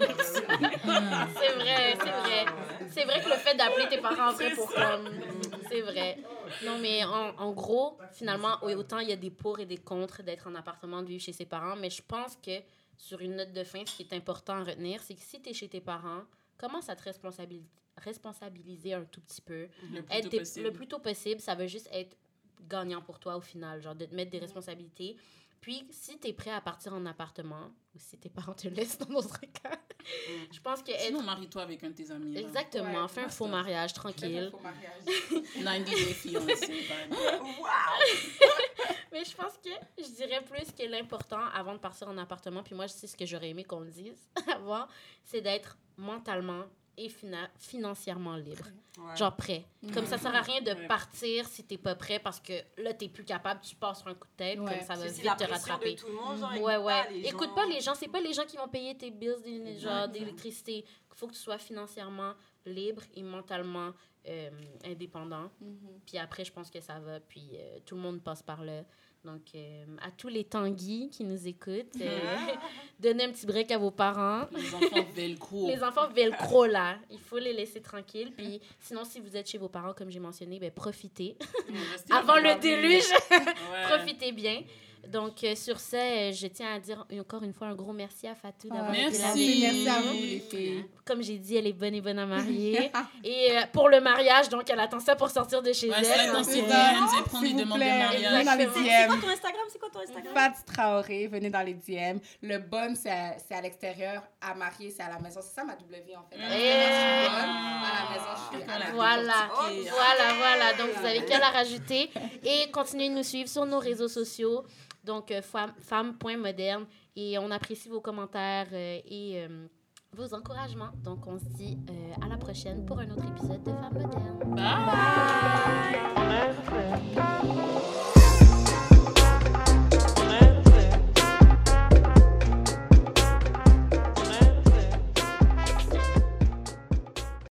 C'est vrai. C'est vrai que le fait d'appeler tes parents après pour comme... C'est vrai. Non, mais en gros, finalement, autant il y a des pour et des contre d'être en appartement, de vivre chez ses parents, mais je pense que, sur une note de fin, ce qui est important à retenir, c'est que si tu es chez tes parents, commence à te responsabiliser un tout petit peu. Le plus tôt possible, ça va juste être gagnant pour toi au final, genre de te mettre des responsabilités. Puis, si tu es prêt à partir en appartement, ou si tes parents te laissent dans notre cas, je pense que... Sinon, marie-toi avec un de tes amis. Exactement, fais un faux mariage, tranquille. 90 Day Fiancé. Wow! Mais je pense que je dirais plus que l'important avant de partir en appartement, puis moi, c'est ce que j'aurais aimé qu'on le dise avant, c'est d'être mentalement et financièrement libre. Genre prêt. Comme ça sert à rien de partir si t'es pas prêt parce que là, t'es plus capable, tu passes sur un coup de tête, comme ça va vite te rattraper. De tout le monde, genre, écoute pas les gens, c'est pas les gens qui vont payer tes bills d'électricité. Il faut que tu sois financièrement libre et mentalement indépendant. Puis après, je pense que ça va, puis tout le monde passe par là. Donc, à tous les Tanguy qui nous écoutent, donnez un petit break à vos parents. Les enfants velcro. Les enfants velcro, là. Il faut les laisser tranquilles. Puis, sinon, si vous êtes chez vos parents, comme j'ai mentionné, ben, profitez. Avant le déluge, profitez bien. Donc, sur ce, je tiens à dire encore une fois un gros merci à Fatou d'avoir été là. Merci à vous, les filles. Comme j'ai dit, elle est bonne à marier. Et pour le mariage, donc, elle attend ça pour sortir de chez elle. C'est dans ses DM, prendre des demandes de mariage. Dans les DM. C'est quoi ton Instagram? Fat Traoré, venez dans les DM. Le bon, c'est à l'extérieur. À marier, c'est à la maison. C'est ça ma W, en fait. À la maison, je suis à la Voilà. Donc, vous avez qu'à la rajouter. Et continuez de nous suivre sur nos réseaux sociaux. Donc, femme.moderne. Et on apprécie vos commentaires et vos encouragements. Donc, on se dit à la prochaine pour un autre épisode de Femme moderne. Bye!